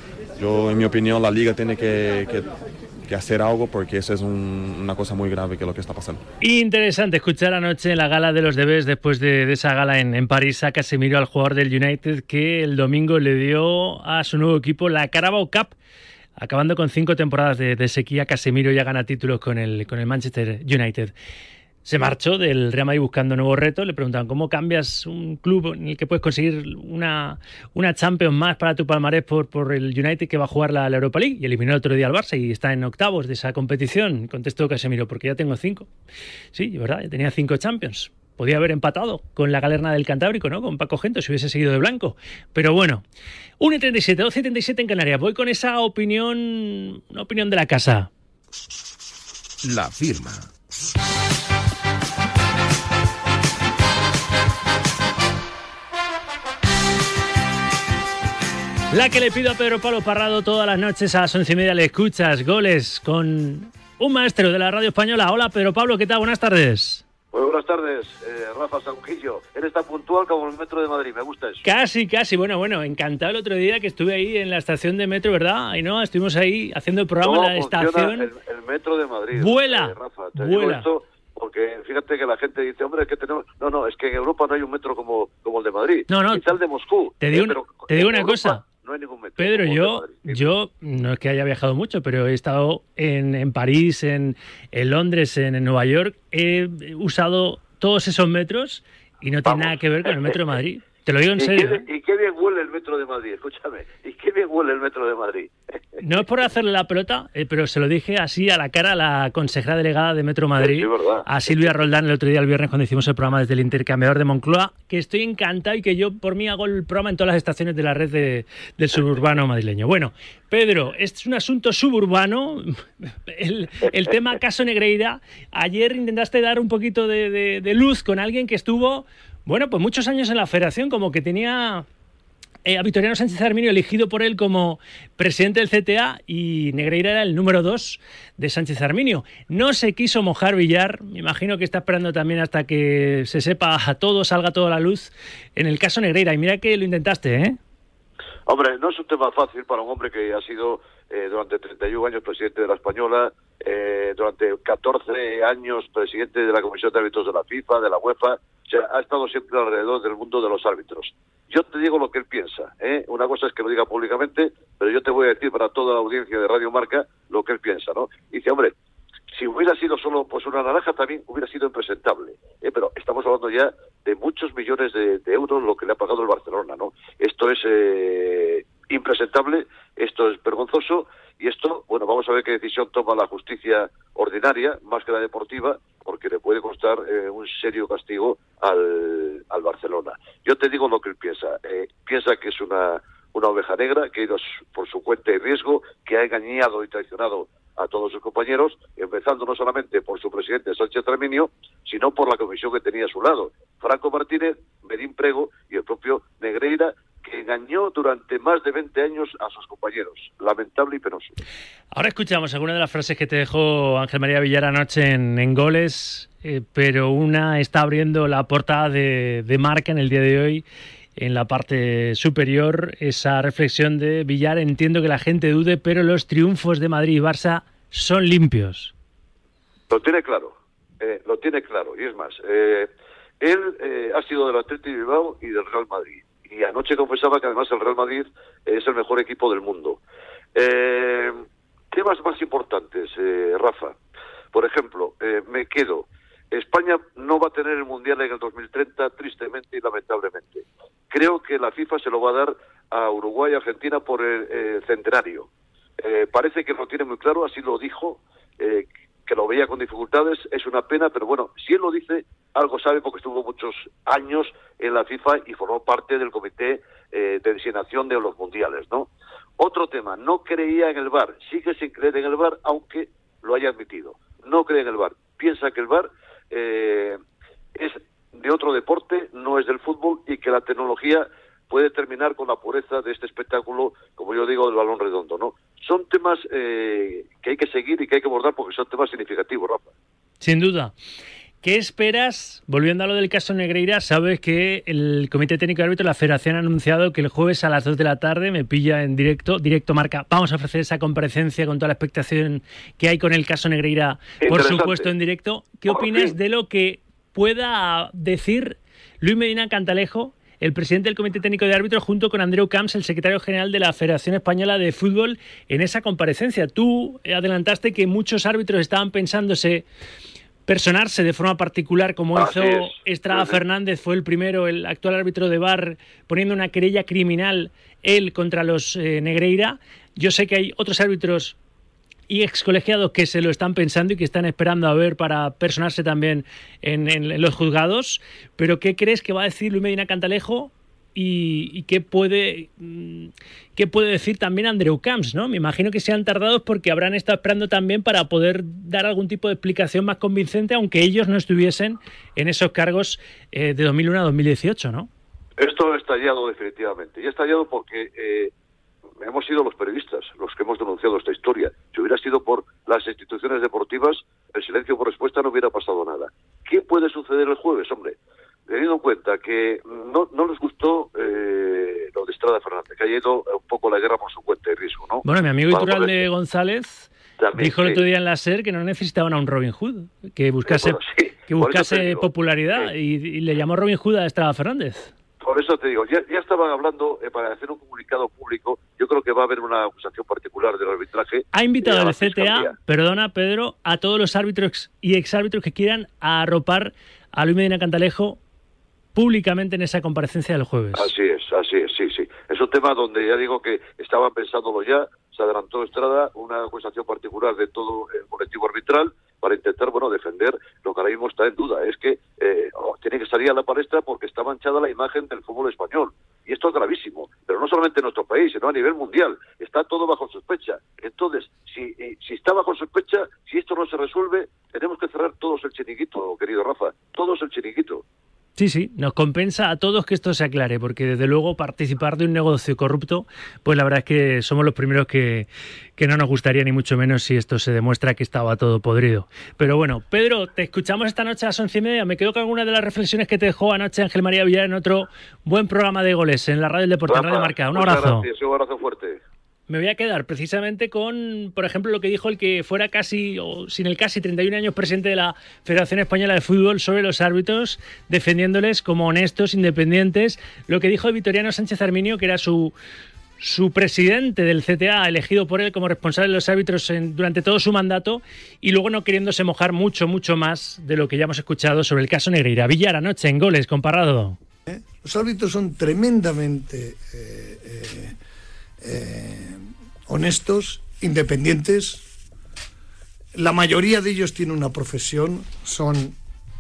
yo en mi opinión la liga tiene que, que, que hacer algo, porque eso es un, una cosa muy grave que lo que está pasando. Interesante escuchar anoche en la gala de los D B S, después de, de esa gala en, en París, a Casemiro, al jugador del United, que el domingo le dio a su nuevo equipo la Carabao Cup. Acabando con cinco temporadas de, de sequía, Casemiro ya gana títulos con el, con el Manchester United. Se marchó del Real Madrid buscando nuevos retos. Le preguntaban cómo cambias un club en el que puedes conseguir una, una Champions más para tu palmarés por, por el United, que va a jugar la, la Europa League, y eliminó el otro día al Barça y está en octavos de esa competición. Contestó Casemiro: porque ya tengo cinco. Sí, verdad, ya tenía cinco Champions. Podía haber empatado con la Galerna del Cantábrico, ¿no? Con Paco Gento, si hubiese seguido de blanco. Pero bueno, uno y treinta y siete, doce y treinta y siete en Canarias. Voy con esa opinión, una opinión de la casa. La firma. La que le pido a Pedro Pablo Parrado todas las noches a las once y media. Le escuchas goles con un maestro de la radio española. Hola, Pedro Pablo, ¿qué tal? Buenas tardes. Muy buenas tardes, eh, Rafa Sanjillo. Eres tan puntual como el metro de Madrid, me gusta eso. Casi, casi. Bueno, bueno, encantado el otro día que estuve ahí en la estación de metro, ¿verdad? Y no, estuvimos ahí haciendo el programa en la estación. El, el metro de Madrid. Vuela, eh, Rafa, te vuela. digo esto porque fíjate que la gente dice, hombre, es que tenemos... No, no, es que en Europa no hay un metro como, como el de Madrid. No, no. Quizá el de Moscú. Te digo, eh, pero te digo una Europa cosa. No hay ningún metro. Pedro, yo, yo no es que haya viajado mucho, pero he estado en, en París, en, en Londres, en, en Nueva York. He usado todos esos metros y no tiene nada que ver con el metro de Madrid. Te lo digo en ¿Y serio. Qué, y qué bien huele el metro de Madrid, escúchame. Y qué bien huele el metro de Madrid. No es por hacerle la pelota, eh, pero se lo dije así a la cara a la consejera delegada de Metro Madrid, sí, verdad. a Silvia Roldán, el otro día, el viernes, cuando hicimos el programa desde el intercambiador de Moncloa, que estoy encantado y que yo, por mí, hago el programa en todas las estaciones de la red de, del suburbano madrileño. Bueno, Pedro, este es un asunto suburbano. El, el tema caso Negreira. Ayer intentaste dar un poquito de, de, de luz con alguien que estuvo... Bueno, pues muchos años en la federación, como que tenía eh, a Victoriano Sánchez Arminio elegido por él como presidente del C T A, y Negreira era el número dos de Sánchez Arminio. No se quiso mojar Villar, me imagino que está esperando también hasta que se sepa a todo, salga toda la luz en el caso Negreira. Y mira que lo intentaste, ¿eh? Hombre, no es un tema fácil para un hombre que ha sido eh, durante treinta y un años presidente de la Española, eh, durante catorce años presidente de la Comisión de Árbitros de la FIFA, de la UEFA, o sea, ha estado siempre alrededor del mundo de los árbitros. Yo te digo lo que él piensa, ¿eh? Una cosa es que lo diga públicamente, pero yo te voy a decir para toda la audiencia de Radio Marca lo que él piensa, ¿no? Dice, hombre, si hubiera sido solo pues una naranja también hubiera sido impresentable, ¿eh? Pero estamos hablando ya de muchos millones de, de euros lo que le ha pagado el Barcelona, ¿no? Esto es eh, impresentable, esto es vergonzoso y esto, bueno, vamos a ver qué decisión toma la justicia ordinaria, más que la deportiva, porque le puede costar eh, un serio castigo al, al Barcelona. Yo te digo lo que él piensa, eh, piensa que es una, una oveja negra, que ha ido por su cuenta y riesgo, que ha engañado y traicionado a todos sus compañeros, empezando no solamente por su presidente Sánchez Tramiño, sino por la comisión que tenía a su lado, Franco Martínez, Medín Prego y el propio Negreira, que engañó durante más de veinte años a sus compañeros. Lamentable y penoso. Ahora escuchamos alguna de las frases que te dejó Ángel María Villar anoche en, en Goles, eh, pero una está abriendo la portada de, de Marca en el día de hoy. En la parte superior, esa reflexión de Villar, entiendo que la gente dude, pero los triunfos de Madrid y Barça son limpios. Lo tiene claro, eh, lo tiene claro, y es más, eh, él eh, ha sido del Athletic de Bilbao y del Real Madrid, y anoche confesaba que además el Real Madrid es el mejor equipo del mundo. Eh, temas más importantes, eh, Rafa, por ejemplo, eh, me quedo... España no va a tener el Mundial en el dos mil treinta, tristemente y lamentablemente. Creo que la FIFA se lo va a dar a Uruguay y Argentina por el, el centenario. Eh, parece que lo tiene muy claro, así lo dijo, eh, que lo veía con dificultades, es una pena, pero bueno, si él lo dice, algo sabe porque estuvo muchos años en la FIFA y formó parte del comité eh, de designación de los mundiales, ¿no? Otro tema, no creía en el V A R, sigue sin creer en el V A R, aunque lo haya admitido. No cree en el V A R, piensa que el V A R eh, es de otro deporte, no es del fútbol, y que la tecnología puede terminar con la pureza de este espectáculo, como yo digo, del balón redondo, ¿no? Son temas eh, que hay que seguir y que hay que abordar porque son temas significativos, Rafa. Sin duda. ¿Qué esperas? Volviendo a lo del caso Negreira, sabes que el Comité Técnico de Árbitros, la Federación, ha anunciado que el jueves a las dos de la tarde, me pilla en directo, directo Marca, vamos a ofrecer esa comparecencia con toda la expectación que hay con el caso Negreira, por supuesto en directo. ¿Qué opinas de lo que pueda decir Luis Medina Cantalejo, el presidente del Comité Técnico de Árbitros, junto con Andreu Camps, el secretario general de la Federación Española de Fútbol, en esa comparecencia? Tú adelantaste que muchos árbitros estaban pensándose personarse de forma particular, como Así hizo es. Estrada sí, sí. Fernández, fue el primero, el actual árbitro de V A R, poniendo una querella criminal él contra los eh, Negreira. Yo sé que hay otros árbitros y excolegiados que se lo están pensando y que están esperando a ver para personarse también en, en, en los juzgados, pero ¿qué crees que va a decir Luis Medina Cantalejo? Y, y qué puede qué puede decir también Andreu Camps, ¿no? Me imagino que sean tardados porque habrán estado esperando también para poder dar algún tipo de explicación más convincente, aunque ellos no estuviesen en esos cargos eh, de dos mil uno a dos mil dieciocho, ¿no? Esto ha estallado definitivamente. Y ha estallado porque eh, hemos sido los periodistas los que hemos denunciado esta historia. Si hubiera sido por las instituciones deportivas, el silencio por respuesta no hubiera pasado nada. ¿Qué puede suceder el jueves, hombre? Teniendo en cuenta que no, no les gustó eh, lo de Estrada Fernández, que ha ido un poco la guerra por su cuenta y riesgo, ¿no? Bueno, mi amigo Iturralde González también dijo el otro día en la SER que no necesitaban a un Robin Hood, que buscase, eh, bueno, sí. que buscase popularidad, sí. y, y le llamó Robin Hood a Estrada Fernández. Por eso te digo, ya, ya estaban hablando eh, para hacer un comunicado público. Yo creo que va a haber una acusación particular del arbitraje. Ha invitado al C T A, perdona Pedro, a todos los árbitros y exárbitros que quieran arropar a Luis Medina Cantalejo públicamente en esa comparecencia del jueves. Así es, así es, sí, sí. Es un tema donde ya digo que estaban pensándolo ya, se adelantó Estrada, una acusación particular de todo el colectivo arbitral para intentar, bueno, defender lo que ahora mismo está en duda. Es que eh, oh, tiene que salir a la palestra porque está manchada la imagen del fútbol español. Y esto es gravísimo, pero no solamente en nuestro país, sino a nivel mundial. Está todo bajo sospecha. Entonces, si, eh, si está bajo sospecha, si esto no se resuelve, tenemos que cerrar todos el chiringuito, querido Rafa, todos el chiringuito. Sí, sí, nos compensa a todos que esto se aclare, porque desde luego participar de un negocio corrupto, pues la verdad es que somos los primeros que, que no nos gustaría ni mucho menos si esto se demuestra que estaba todo podrido. Pero bueno, Pedro, te escuchamos esta noche a las once y media. Me quedo con alguna de las reflexiones que te dejó anoche Ángel María Villar en otro buen programa de goles en la Radio del Deporte, en Radio Marca. Un abrazo. Gracias, un abrazo fuerte. Me voy a quedar precisamente con, por ejemplo, lo que dijo el que fuera casi, o sin el casi, treinta y un años presidente de la Federación Española de Fútbol sobre los árbitros, defendiéndoles como honestos, independientes. Lo que dijo Vitoriano Sánchez Arminio, que era su, su presidente del C T A, elegido por él como responsable de los árbitros en, durante todo su mandato, y luego no queriéndose mojar mucho, mucho más de lo que ya hemos escuchado sobre el caso Negreira. Villar, anoche en Goles, con Parrado. ¿Eh? Los árbitros son tremendamente... Eh, eh, eh, honestos, independientes. La mayoría de ellos tienen una profesión, son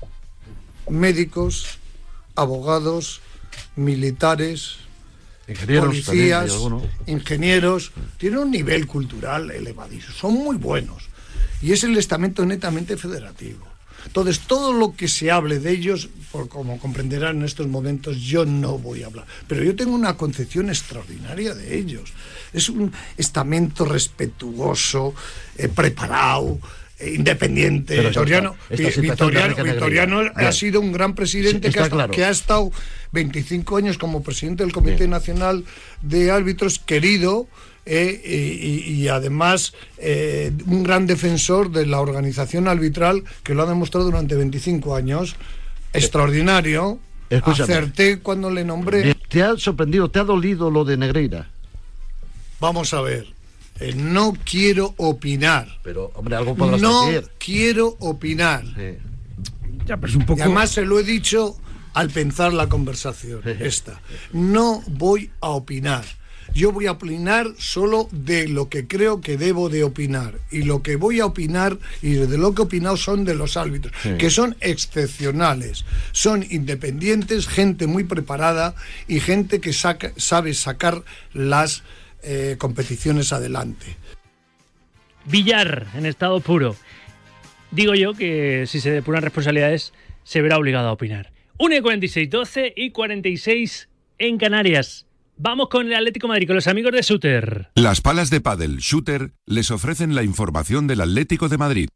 médicos, abogados, militares, ingenieros, policías, ingenieros, tienen un nivel cultural elevadísimo, son muy buenos, y es el estamento netamente federativo. Entonces, todo lo que se hable de ellos, por como comprenderán en estos momentos, yo no voy a hablar. Pero yo tengo una concepción extraordinaria de ellos. Es un estamento respetuoso, eh, preparado, eh, independiente. Pero Vitoriano, esta, esta Vitoriano, Vitoriano ha sido un gran presidente, sí, que, ha, claro. que ha estado veinticinco años como presidente del Comité Bien. Nacional de Árbitros, querido. Eh, y, y además eh, un gran defensor de la organización arbitral, que lo ha demostrado durante veinticinco años. Extraordinario. Escúchame. Acerté cuando le nombré. ¿Te ha sorprendido, te ha dolido lo de Negreira? Vamos a ver, eh, no quiero opinar. Pero, hombre, algo podrás no decir. No quiero opinar. Sí. Ya, pero es un poco... Y además se lo he dicho al pensar la conversación esta. No voy a opinar. Yo voy a opinar solo de lo que creo que debo de opinar. Y lo que voy a opinar y de lo que he opinado son de los árbitros, sí. que son excepcionales. Son independientes, gente muy preparada y gente que saca, sabe sacar las eh, competiciones adelante. Villar, en estado puro. Digo yo que si se depuran responsabilidades se verá obligado a opinar. una y cuarenta y seis, doce y cuarenta y seis en Canarias. Vamos con el Atlético de Madrid, con los amigos de Shooter. Las palas de pádel Shooter les ofrecen la información del Atlético de Madrid.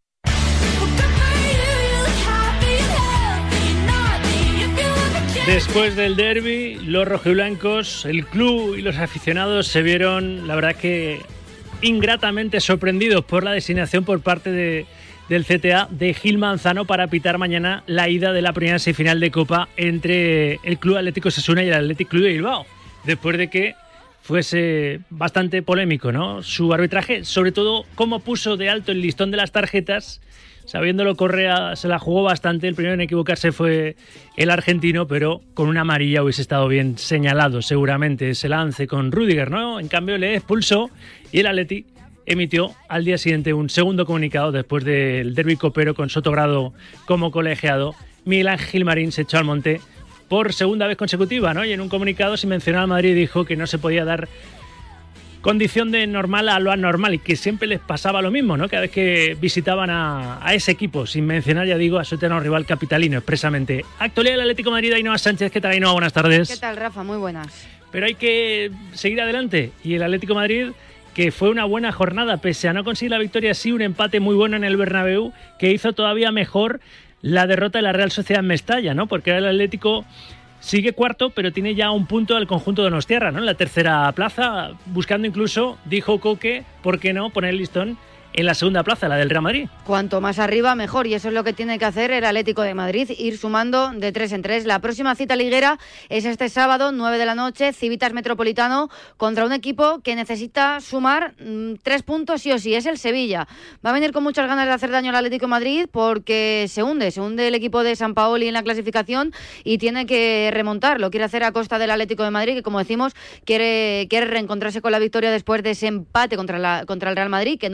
Después del derbi, los rojiblancos, el club y los aficionados se vieron, la verdad que ingratamente sorprendidos por la designación por parte de, del C T A de Gil Manzano para pitar mañana la ida de la primera semifinal de Copa entre el Club Atlético Osasuna y el Athletic Club de Bilbao. Después de que fuese bastante polémico, ¿no? Su arbitraje, sobre todo cómo puso de alto el listón de las tarjetas, sabiéndolo Correa se la jugó bastante, el primero en equivocarse fue el argentino, pero con una amarilla hubiese estado bien señalado seguramente ese lance con Rüdiger, ¿no? En cambio le expulsó y el Atleti emitió al día siguiente un segundo comunicado después del derbi copero con Sotogrado como colegiado. Miguel Ángel Gilmarín se echó al monte por segunda vez consecutiva, ¿no? Y en un comunicado, sin mencionar al Madrid, dijo que no se podía dar condición de normal a lo anormal y que siempre les pasaba lo mismo, ¿no? Cada vez que visitaban a, a ese equipo, sin mencionar, ya digo, a su eterno rival capitalino, expresamente. Actualidad del Atlético de Madrid, Ainhoa Sánchez. ¿Qué tal, Ainhoa? Buenas tardes. ¿Qué tal, Rafa? Muy buenas. Pero hay que seguir adelante. Y el Atlético de Madrid, que fue una buena jornada, pese a no conseguir la victoria, sí un empate muy bueno en el Bernabéu, que hizo todavía mejor la derrota de la Real Sociedad en Mestalla, ¿no? Porque el Atlético sigue cuarto, pero tiene ya un punto al conjunto de Donostiarra, ¿no? En la tercera plaza, buscando incluso, dijo Coque, ¿por qué no poner el listón en la segunda plaza, la del Real Madrid? Cuanto más arriba, mejor, y eso es lo que tiene que hacer el Atlético de Madrid, ir sumando de tres en tres. La próxima cita liguera es este sábado, nueve de la noche, Civitas Metropolitano, contra un equipo que necesita sumar mmm, tres puntos sí o sí, es el Sevilla. Va a venir con muchas ganas de hacer daño al Atlético de Madrid porque se hunde, se hunde el equipo de Sampaoli en la clasificación y tiene que remontar, lo quiere hacer a costa del Atlético de Madrid, que como decimos, quiere, quiere reencontrarse con la victoria después de ese empate contra, la, contra el Real Madrid, que no fue tan mal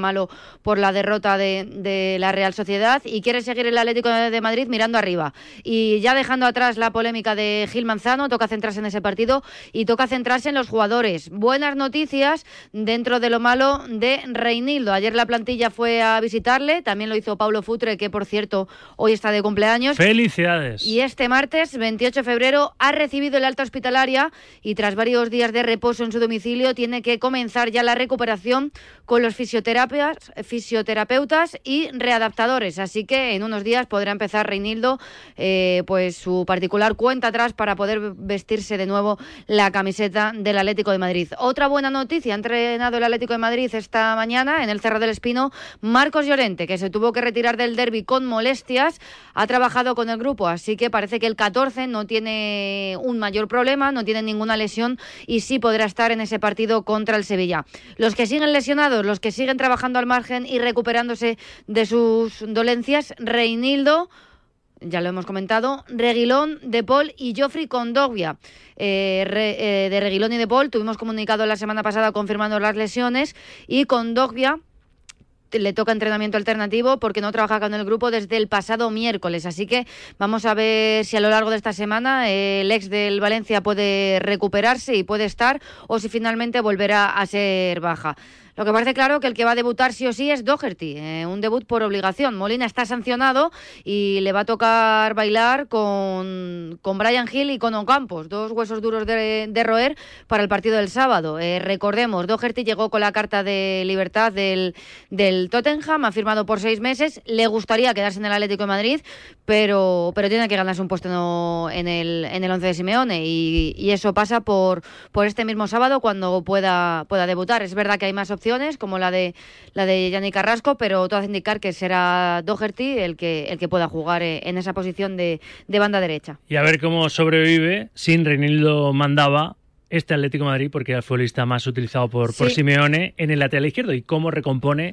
malo por la derrota de, de la Real Sociedad y quiere seguir el Atlético de Madrid mirando arriba. Y ya dejando atrás la polémica de Gil Manzano, toca centrarse en ese partido y toca centrarse en los jugadores. Buenas noticias dentro de lo malo de Reinildo. Ayer la plantilla fue a visitarle, también lo hizo Paulo Futre, que por cierto hoy está de cumpleaños. ¡Felicidades! Y este martes, veintiocho de febrero, ha recibido el alta hospitalaria y tras varios días de reposo en su domicilio tiene que comenzar ya la recuperación con los fisioterapias, fisioterapeutas y readaptadores. Así que en unos días podrá empezar Reinildo eh, pues su particular cuenta atrás para poder vestirse de nuevo la camiseta del Atlético de Madrid. Otra buena noticia, ha entrenado el Atlético de Madrid esta mañana en el Cerro del Espino Marcos Llorente, que se tuvo que retirar del derbi con molestias, ha trabajado con el grupo, así que parece que el catorce no tiene un mayor problema, no tiene ninguna lesión y sí podrá estar en ese partido contra el Sevilla. Los que siguen lesionados, los que siguen trabajando al margen y recuperándose de sus dolencias, Reinildo, ya lo hemos comentado, Reguilón, De Paul y Joffrey Kondogbia. Eh, re, eh, de Reguilón y De Paul tuvimos comunicado la semana pasada confirmando las lesiones y Kondogbia le toca entrenamiento alternativo porque no trabaja con el grupo desde el pasado miércoles, así que vamos a ver si a lo largo de esta semana eh, el ex del Valencia puede recuperarse y puede estar o si finalmente volverá a ser baja. Lo que parece claro que el que va a debutar sí o sí es Doherty, eh, un debut por obligación. Molina está sancionado y le va a tocar bailar con, con Bryan Gil y con Ocampos, dos huesos duros de, de roer para el partido del sábado. Eh, recordemos, Doherty llegó con la carta de libertad del, del Tottenham, ha firmado por seis meses, le gustaría quedarse en el Atlético de Madrid, pero, pero tiene que ganarse un puesto no, en el en el once de Simeone y, y eso pasa por, por este mismo sábado cuando pueda, pueda debutar. Es verdad que hay más opciones como la de la de Yannick Carrasco, pero todo hace indicar que será Doherty el que el que pueda jugar en esa posición de, de banda derecha. Y a ver cómo sobrevive sin Reinildo Mandava este Atlético de Madrid, porque era el futbolista más utilizado por, sí. por Simeone en el lateral izquierdo, y cómo recompone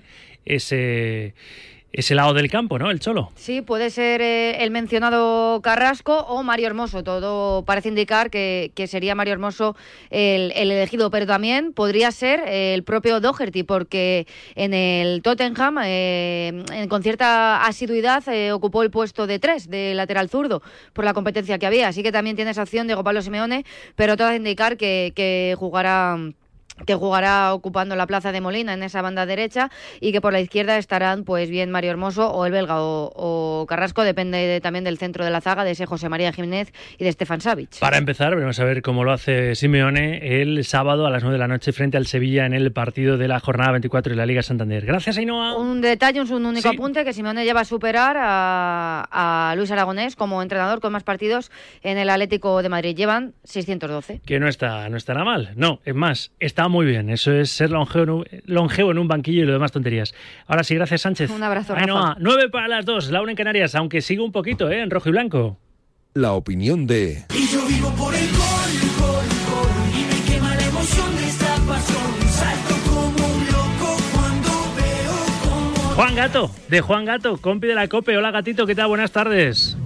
ese ese lado del campo, ¿no? El Cholo. Sí, puede ser eh, el mencionado Carrasco o Mario Hermoso. Todo parece indicar que, que sería Mario Hermoso el, el elegido, pero también podría ser eh, el propio Doherty, porque en el Tottenham, eh, en, con cierta asiduidad, eh, ocupó el puesto de tres, de lateral zurdo, por la competencia que había. Así que también tiene esa opción Diego Pablo Simeone, pero todo hace indicar que, que jugará... que jugará ocupando la plaza de Molina en esa banda derecha y que por la izquierda estarán pues bien Mario Hermoso o el belga o, o Carrasco, depende de, también del centro de la zaga, de ese José María Jiménez y de Stefan Savic. Para empezar, vamos a ver cómo lo hace Simeone el sábado a las nueve de la noche frente al Sevilla en el partido de la jornada veinticuatro de la Liga Santander. Gracias, Ainhoa. Un detalle, un, un único sí. apunte, que Simeone ya va a superar a, a Luis Aragonés como entrenador con más partidos en el Atlético de Madrid. Llevan seiscientos doce. Que no está, no estará mal. No, es más, está muy bien. Eso es ser longevo, longevo en un banquillo y lo demás tonterías. Ahora sí, gracias, Sánchez. Un abrazo, Rafa. Ainhoa, nueve para las dos, la una en Canarias, aunque sigue un poquito, ¿eh? En rojo y blanco. La opinión de... Y yo vivo por el gol, gol, gol, y me quema la emoción de esta pasión. Salto como un loco cuando veo como... Juan Gato, de Juan Gato, compi de la COPE. Hola, gatito, ¿qué tal? Buenas tardes.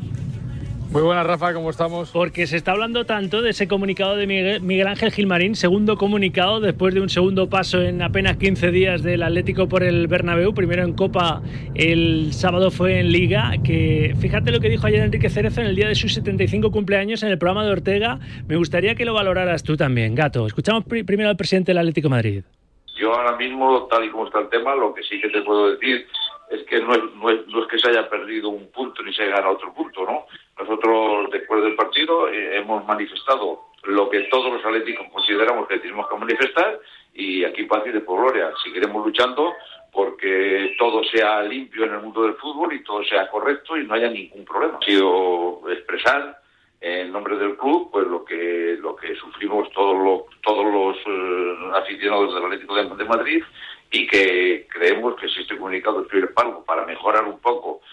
Muy buenas, Rafa, ¿cómo estamos? Porque se está hablando tanto de ese comunicado de Miguel, Miguel Ángel Gilmarín, segundo comunicado después de un segundo paso en apenas quince días del Atlético por el Bernabéu, primero en Copa, el sábado fue en Liga, que fíjate lo que dijo ayer Enrique Cerezo en el día de sus setenta y cinco cumpleaños en el programa de Ortega. Me gustaría que lo valoraras tú también, Gato. Escuchamos pr- primero al presidente del Atlético de Madrid. Yo ahora mismo, tal y como está el tema, lo que sí que te puedo decir es que no es, no es, no es que se haya perdido un punto ni se haya ganado otro punto, ¿no? Nosotros, después del partido, eh, hemos manifestado lo que todos los atléticos consideramos que tenemos que manifestar, y aquí paz y de por gloria. Seguiremos luchando porque todo sea limpio en el mundo del fútbol y todo sea correcto y no haya ningún problema. Ha sido expresar en nombre del club pues lo que lo que sufrimos todos los todos los eh, aficionados del Atlético de, de Madrid, y que creemos que si este comunicado sirve para algo, para mejorar un poco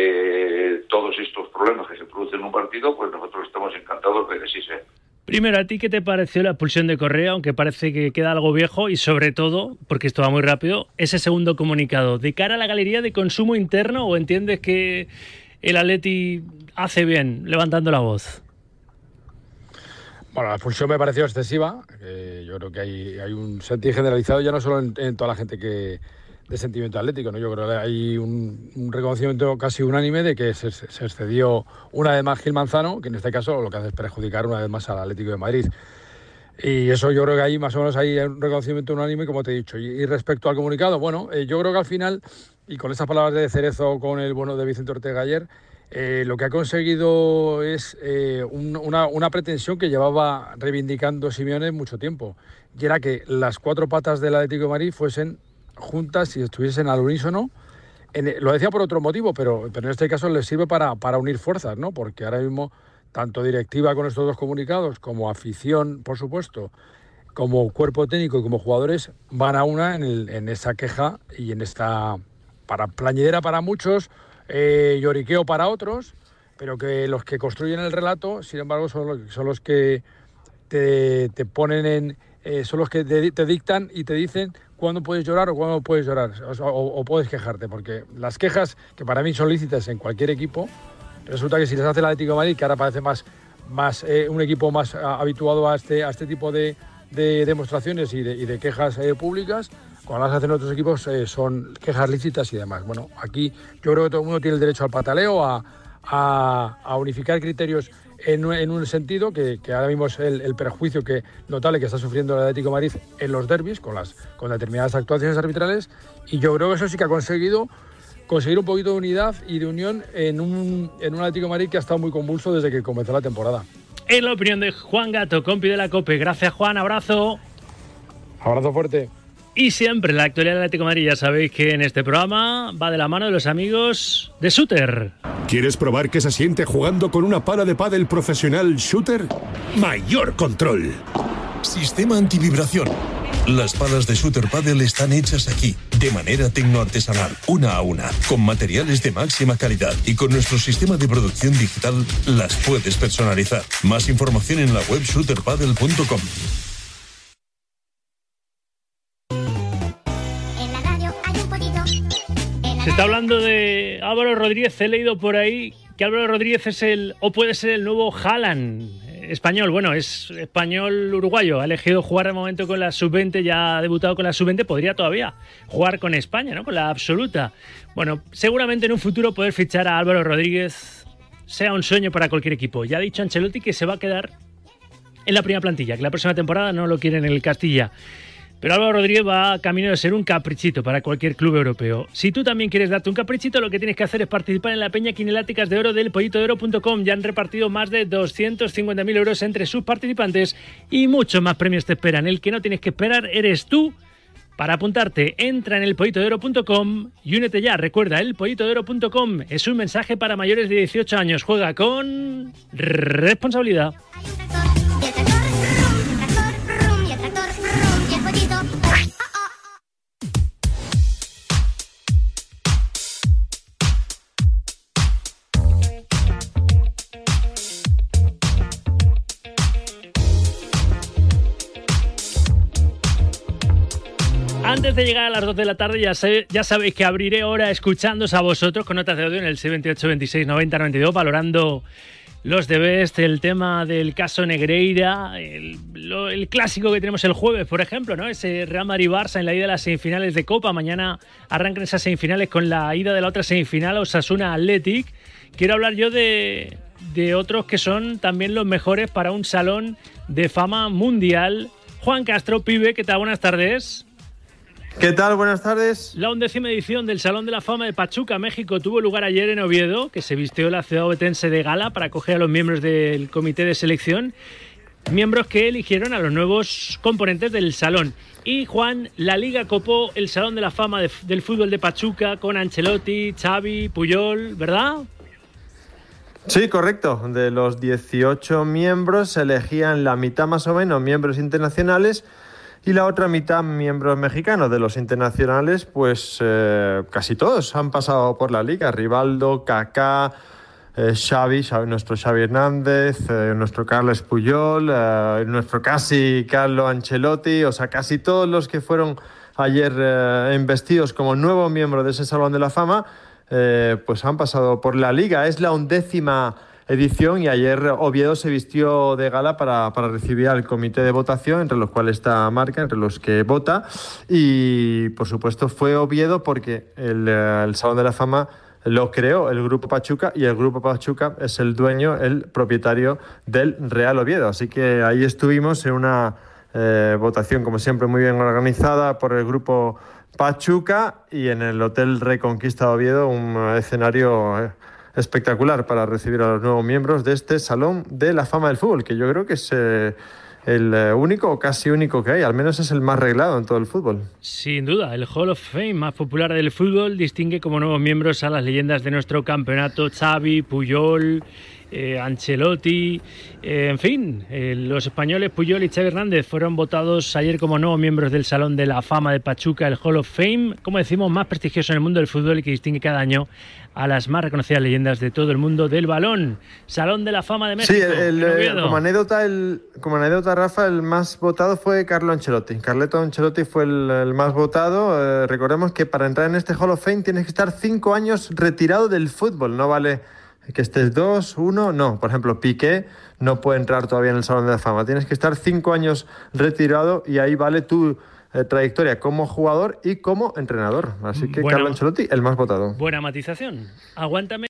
eh, todos estos problemas que se producen en un partido, pues nosotros estamos encantados de que sí sea. Primero, ¿a ti qué te pareció la expulsión de Correa, aunque parece que queda algo viejo? Y sobre todo, porque esto va muy rápido, ese segundo comunicado, ¿de cara a la galería de consumo interno o entiendes que el Atleti hace bien levantando la voz? Bueno, la expulsión me pareció excesiva. Eh, yo creo que hay, hay un sentir generalizado ya no solo en, en toda la gente que de sentimiento atlético, ¿no? Yo creo que hay un, un reconocimiento casi unánime de que se, se excedió una vez más Gil Manzano, que en este caso lo que hace es perjudicar una vez más al Atlético de Madrid. Y eso yo creo que ahí más o menos hay un reconocimiento unánime, como te he dicho. Y, y respecto al comunicado, bueno, eh, yo creo que al final, y con esas palabras de Cerezo con el bueno de Vicente Ortega ayer, eh, lo que ha conseguido es eh, un, una, una pretensión que llevaba reivindicando Simeone mucho tiempo, y era que las cuatro patas del Atlético de Madrid fuesen juntas y estuviesen al unísono. En, lo decía por otro motivo, pero, pero en este caso les sirve para, para unir fuerzas, ¿no? Porque ahora mismo, tanto directiva con estos dos comunicados, como afición, por supuesto, como cuerpo técnico y como jugadores, van a una en, el, en esa queja y en esta para plañidera para muchos, eh, lloriqueo para otros, pero que los que construyen el relato, sin embargo, son los, son los que te, te ponen en... Eh, son los que te, te dictan y te dicen cuándo puedes llorar o cuándo puedes llorar o, o, o puedes quejarte, porque las quejas, que para mí son lícitas en cualquier equipo, resulta que si les hace el Atlético de Madrid, que ahora parece más, más eh, un equipo más a, habituado a este, a este tipo de, de demostraciones y de, y de quejas eh, públicas, cuando las hacen otros equipos eh, son quejas lícitas y demás. Bueno, aquí yo creo que todo el mundo tiene el derecho al pataleo, a, a, a unificar criterios en, en un sentido que, que ahora mismo es el, el perjuicio que notable que está sufriendo el Atlético de Madrid en los derbis con, las, con determinadas actuaciones arbitrales, y yo creo que eso sí que ha conseguido conseguir un poquito de unidad y de unión en un, en un Atlético de Madrid que ha estado muy convulso desde que comenzó la temporada. En la opinión de Juan Gato, compi de la COPE. Gracias, Juan, abrazo. Abrazo fuerte. Y siempre la actualidad del Atlético de Madrid, ya sabéis que en este programa va de la mano de los amigos de Shooter. ¿Quieres probar qué se siente jugando con una pala de pádel profesional Shooter? Mayor control. Sistema antivibración. Las palas de Shooter Paddle están hechas aquí, de manera tecnoartesanal, una a una, con materiales de máxima calidad, y con nuestro sistema de producción digital las puedes personalizar. Más información en la web shooter paddle punto com. Se está hablando de Álvaro Rodríguez. He leído por ahí que Álvaro Rodríguez es el, o puede ser el nuevo Haaland español. Bueno, es español-uruguayo. Ha elegido jugar de momento con la sub veinte, ya ha debutado con la sub veinte. Podría todavía jugar con España, ¿no? Con la absoluta. Bueno, seguramente en un futuro poder fichar a Álvaro Rodríguez sea un sueño para cualquier equipo. Ya ha dicho Ancelotti que se va a quedar en la primera plantilla, que la próxima temporada no lo quieren en el Castilla. Pero Álvaro Rodríguez va camino de ser un caprichito para cualquier club europeo. Si tú también quieres darte un caprichito, lo que tienes que hacer es participar en la peña Quineláticas de Oro del pollito de oro punto com. Ya han repartido más de doscientos cincuenta mil euros entre sus participantes y muchos más premios te esperan. El que no tienes que esperar eres tú. Para apuntarte, entra en el pollito de oro punto com y únete ya. Recuerda, el pollito de oro punto com es un mensaje para mayores de dieciocho años. Juega con responsabilidad. Antes de llegar a las dos de la tarde, ya, sé, ya sabéis que abriré hora escuchándoos a vosotros con notas de audio en el seis veintiocho veintiséis noventa noventa y dos, valorando los de Best, el tema del caso Negreira, el, lo, el clásico que tenemos el jueves, por ejemplo, ¿no? Ese Real Madrid-Barça en la ida de las semifinales de Copa. Mañana arrancan esas semifinales con la ida de la otra semifinal, Osasuna-Athletic. Quiero hablar yo de, de otros que son también los mejores para un salón de fama mundial. Juan Castro, pibe, ¿qué tal? Buenas tardes. ¿Qué tal? Buenas tardes. La undécima edición del Salón de la Fama de Pachuca, México, tuvo lugar ayer en Oviedo, que se vistió la ciudad ovetense de gala para acoger a los miembros del comité de selección, miembros que eligieron a los nuevos componentes del salón. Y Juan, la Liga copó el Salón de la Fama de, del fútbol de Pachuca con Ancelotti, Xavi, Puyol, ¿verdad? Sí, correcto. De los dieciocho miembros se elegían la mitad más o menos miembros internacionales y la otra mitad miembros mexicanos. De los internacionales, pues eh, casi todos han pasado por la liga. Rivaldo, Kaká, eh, Xavi, Xavi, nuestro Xavi Hernández, eh, nuestro Carles Puyol, eh, nuestro casi Carlo Ancelotti, o sea, casi todos los que fueron ayer eh, investidos como nuevo miembro de ese Salón de la Fama, eh, pues han pasado por la liga. Es la undécima edición, y ayer Oviedo se vistió de gala para, para recibir al comité de votación, entre los cuales está Marca, entre los que vota, y por supuesto fue Oviedo porque el, el Salón de la Fama lo creó el Grupo Pachuca, y el Grupo Pachuca es el dueño, el propietario del Real Oviedo. Así que ahí estuvimos en una eh, votación, como siempre, muy bien organizada por el Grupo Pachuca, y en el Hotel Reconquista Oviedo, un escenario eh, espectacular para recibir a los nuevos miembros de este Salón de la Fama del Fútbol, que yo creo que es eh, el único o casi único que hay, al menos es el más reglado en todo el fútbol. Sin duda, el Hall of Fame más popular del fútbol distingue como nuevos miembros a las leyendas de nuestro campeonato: Xavi, Puyol, eh, Ancelotti, eh, en fin, eh, los españoles Puyol y Xavi Hernández fueron votados ayer como nuevos miembros del Salón de la Fama de Pachuca, el Hall of Fame, como decimos, más prestigioso en el mundo del fútbol y que distingue cada año a las más reconocidas leyendas de todo el mundo del balón. Salón de la Fama de México. Sí, el, el, como anécdota, el, como anécdota, Rafa, el más votado fue Carlo Ancelotti. Carleto Ancelotti fue el, el más votado. Eh, recordemos que para entrar en este Hall of Fame tienes que estar cinco años retirado del fútbol. No vale que estés dos, uno, no. Por ejemplo, Piqué no puede entrar todavía en el Salón de la Fama. Tienes que estar cinco años retirado, y ahí vale tu eh, trayectoria como jugador y como entrenador. Así que bueno, Carlo Ancelotti, el más votado. Buena matización. Aguántame.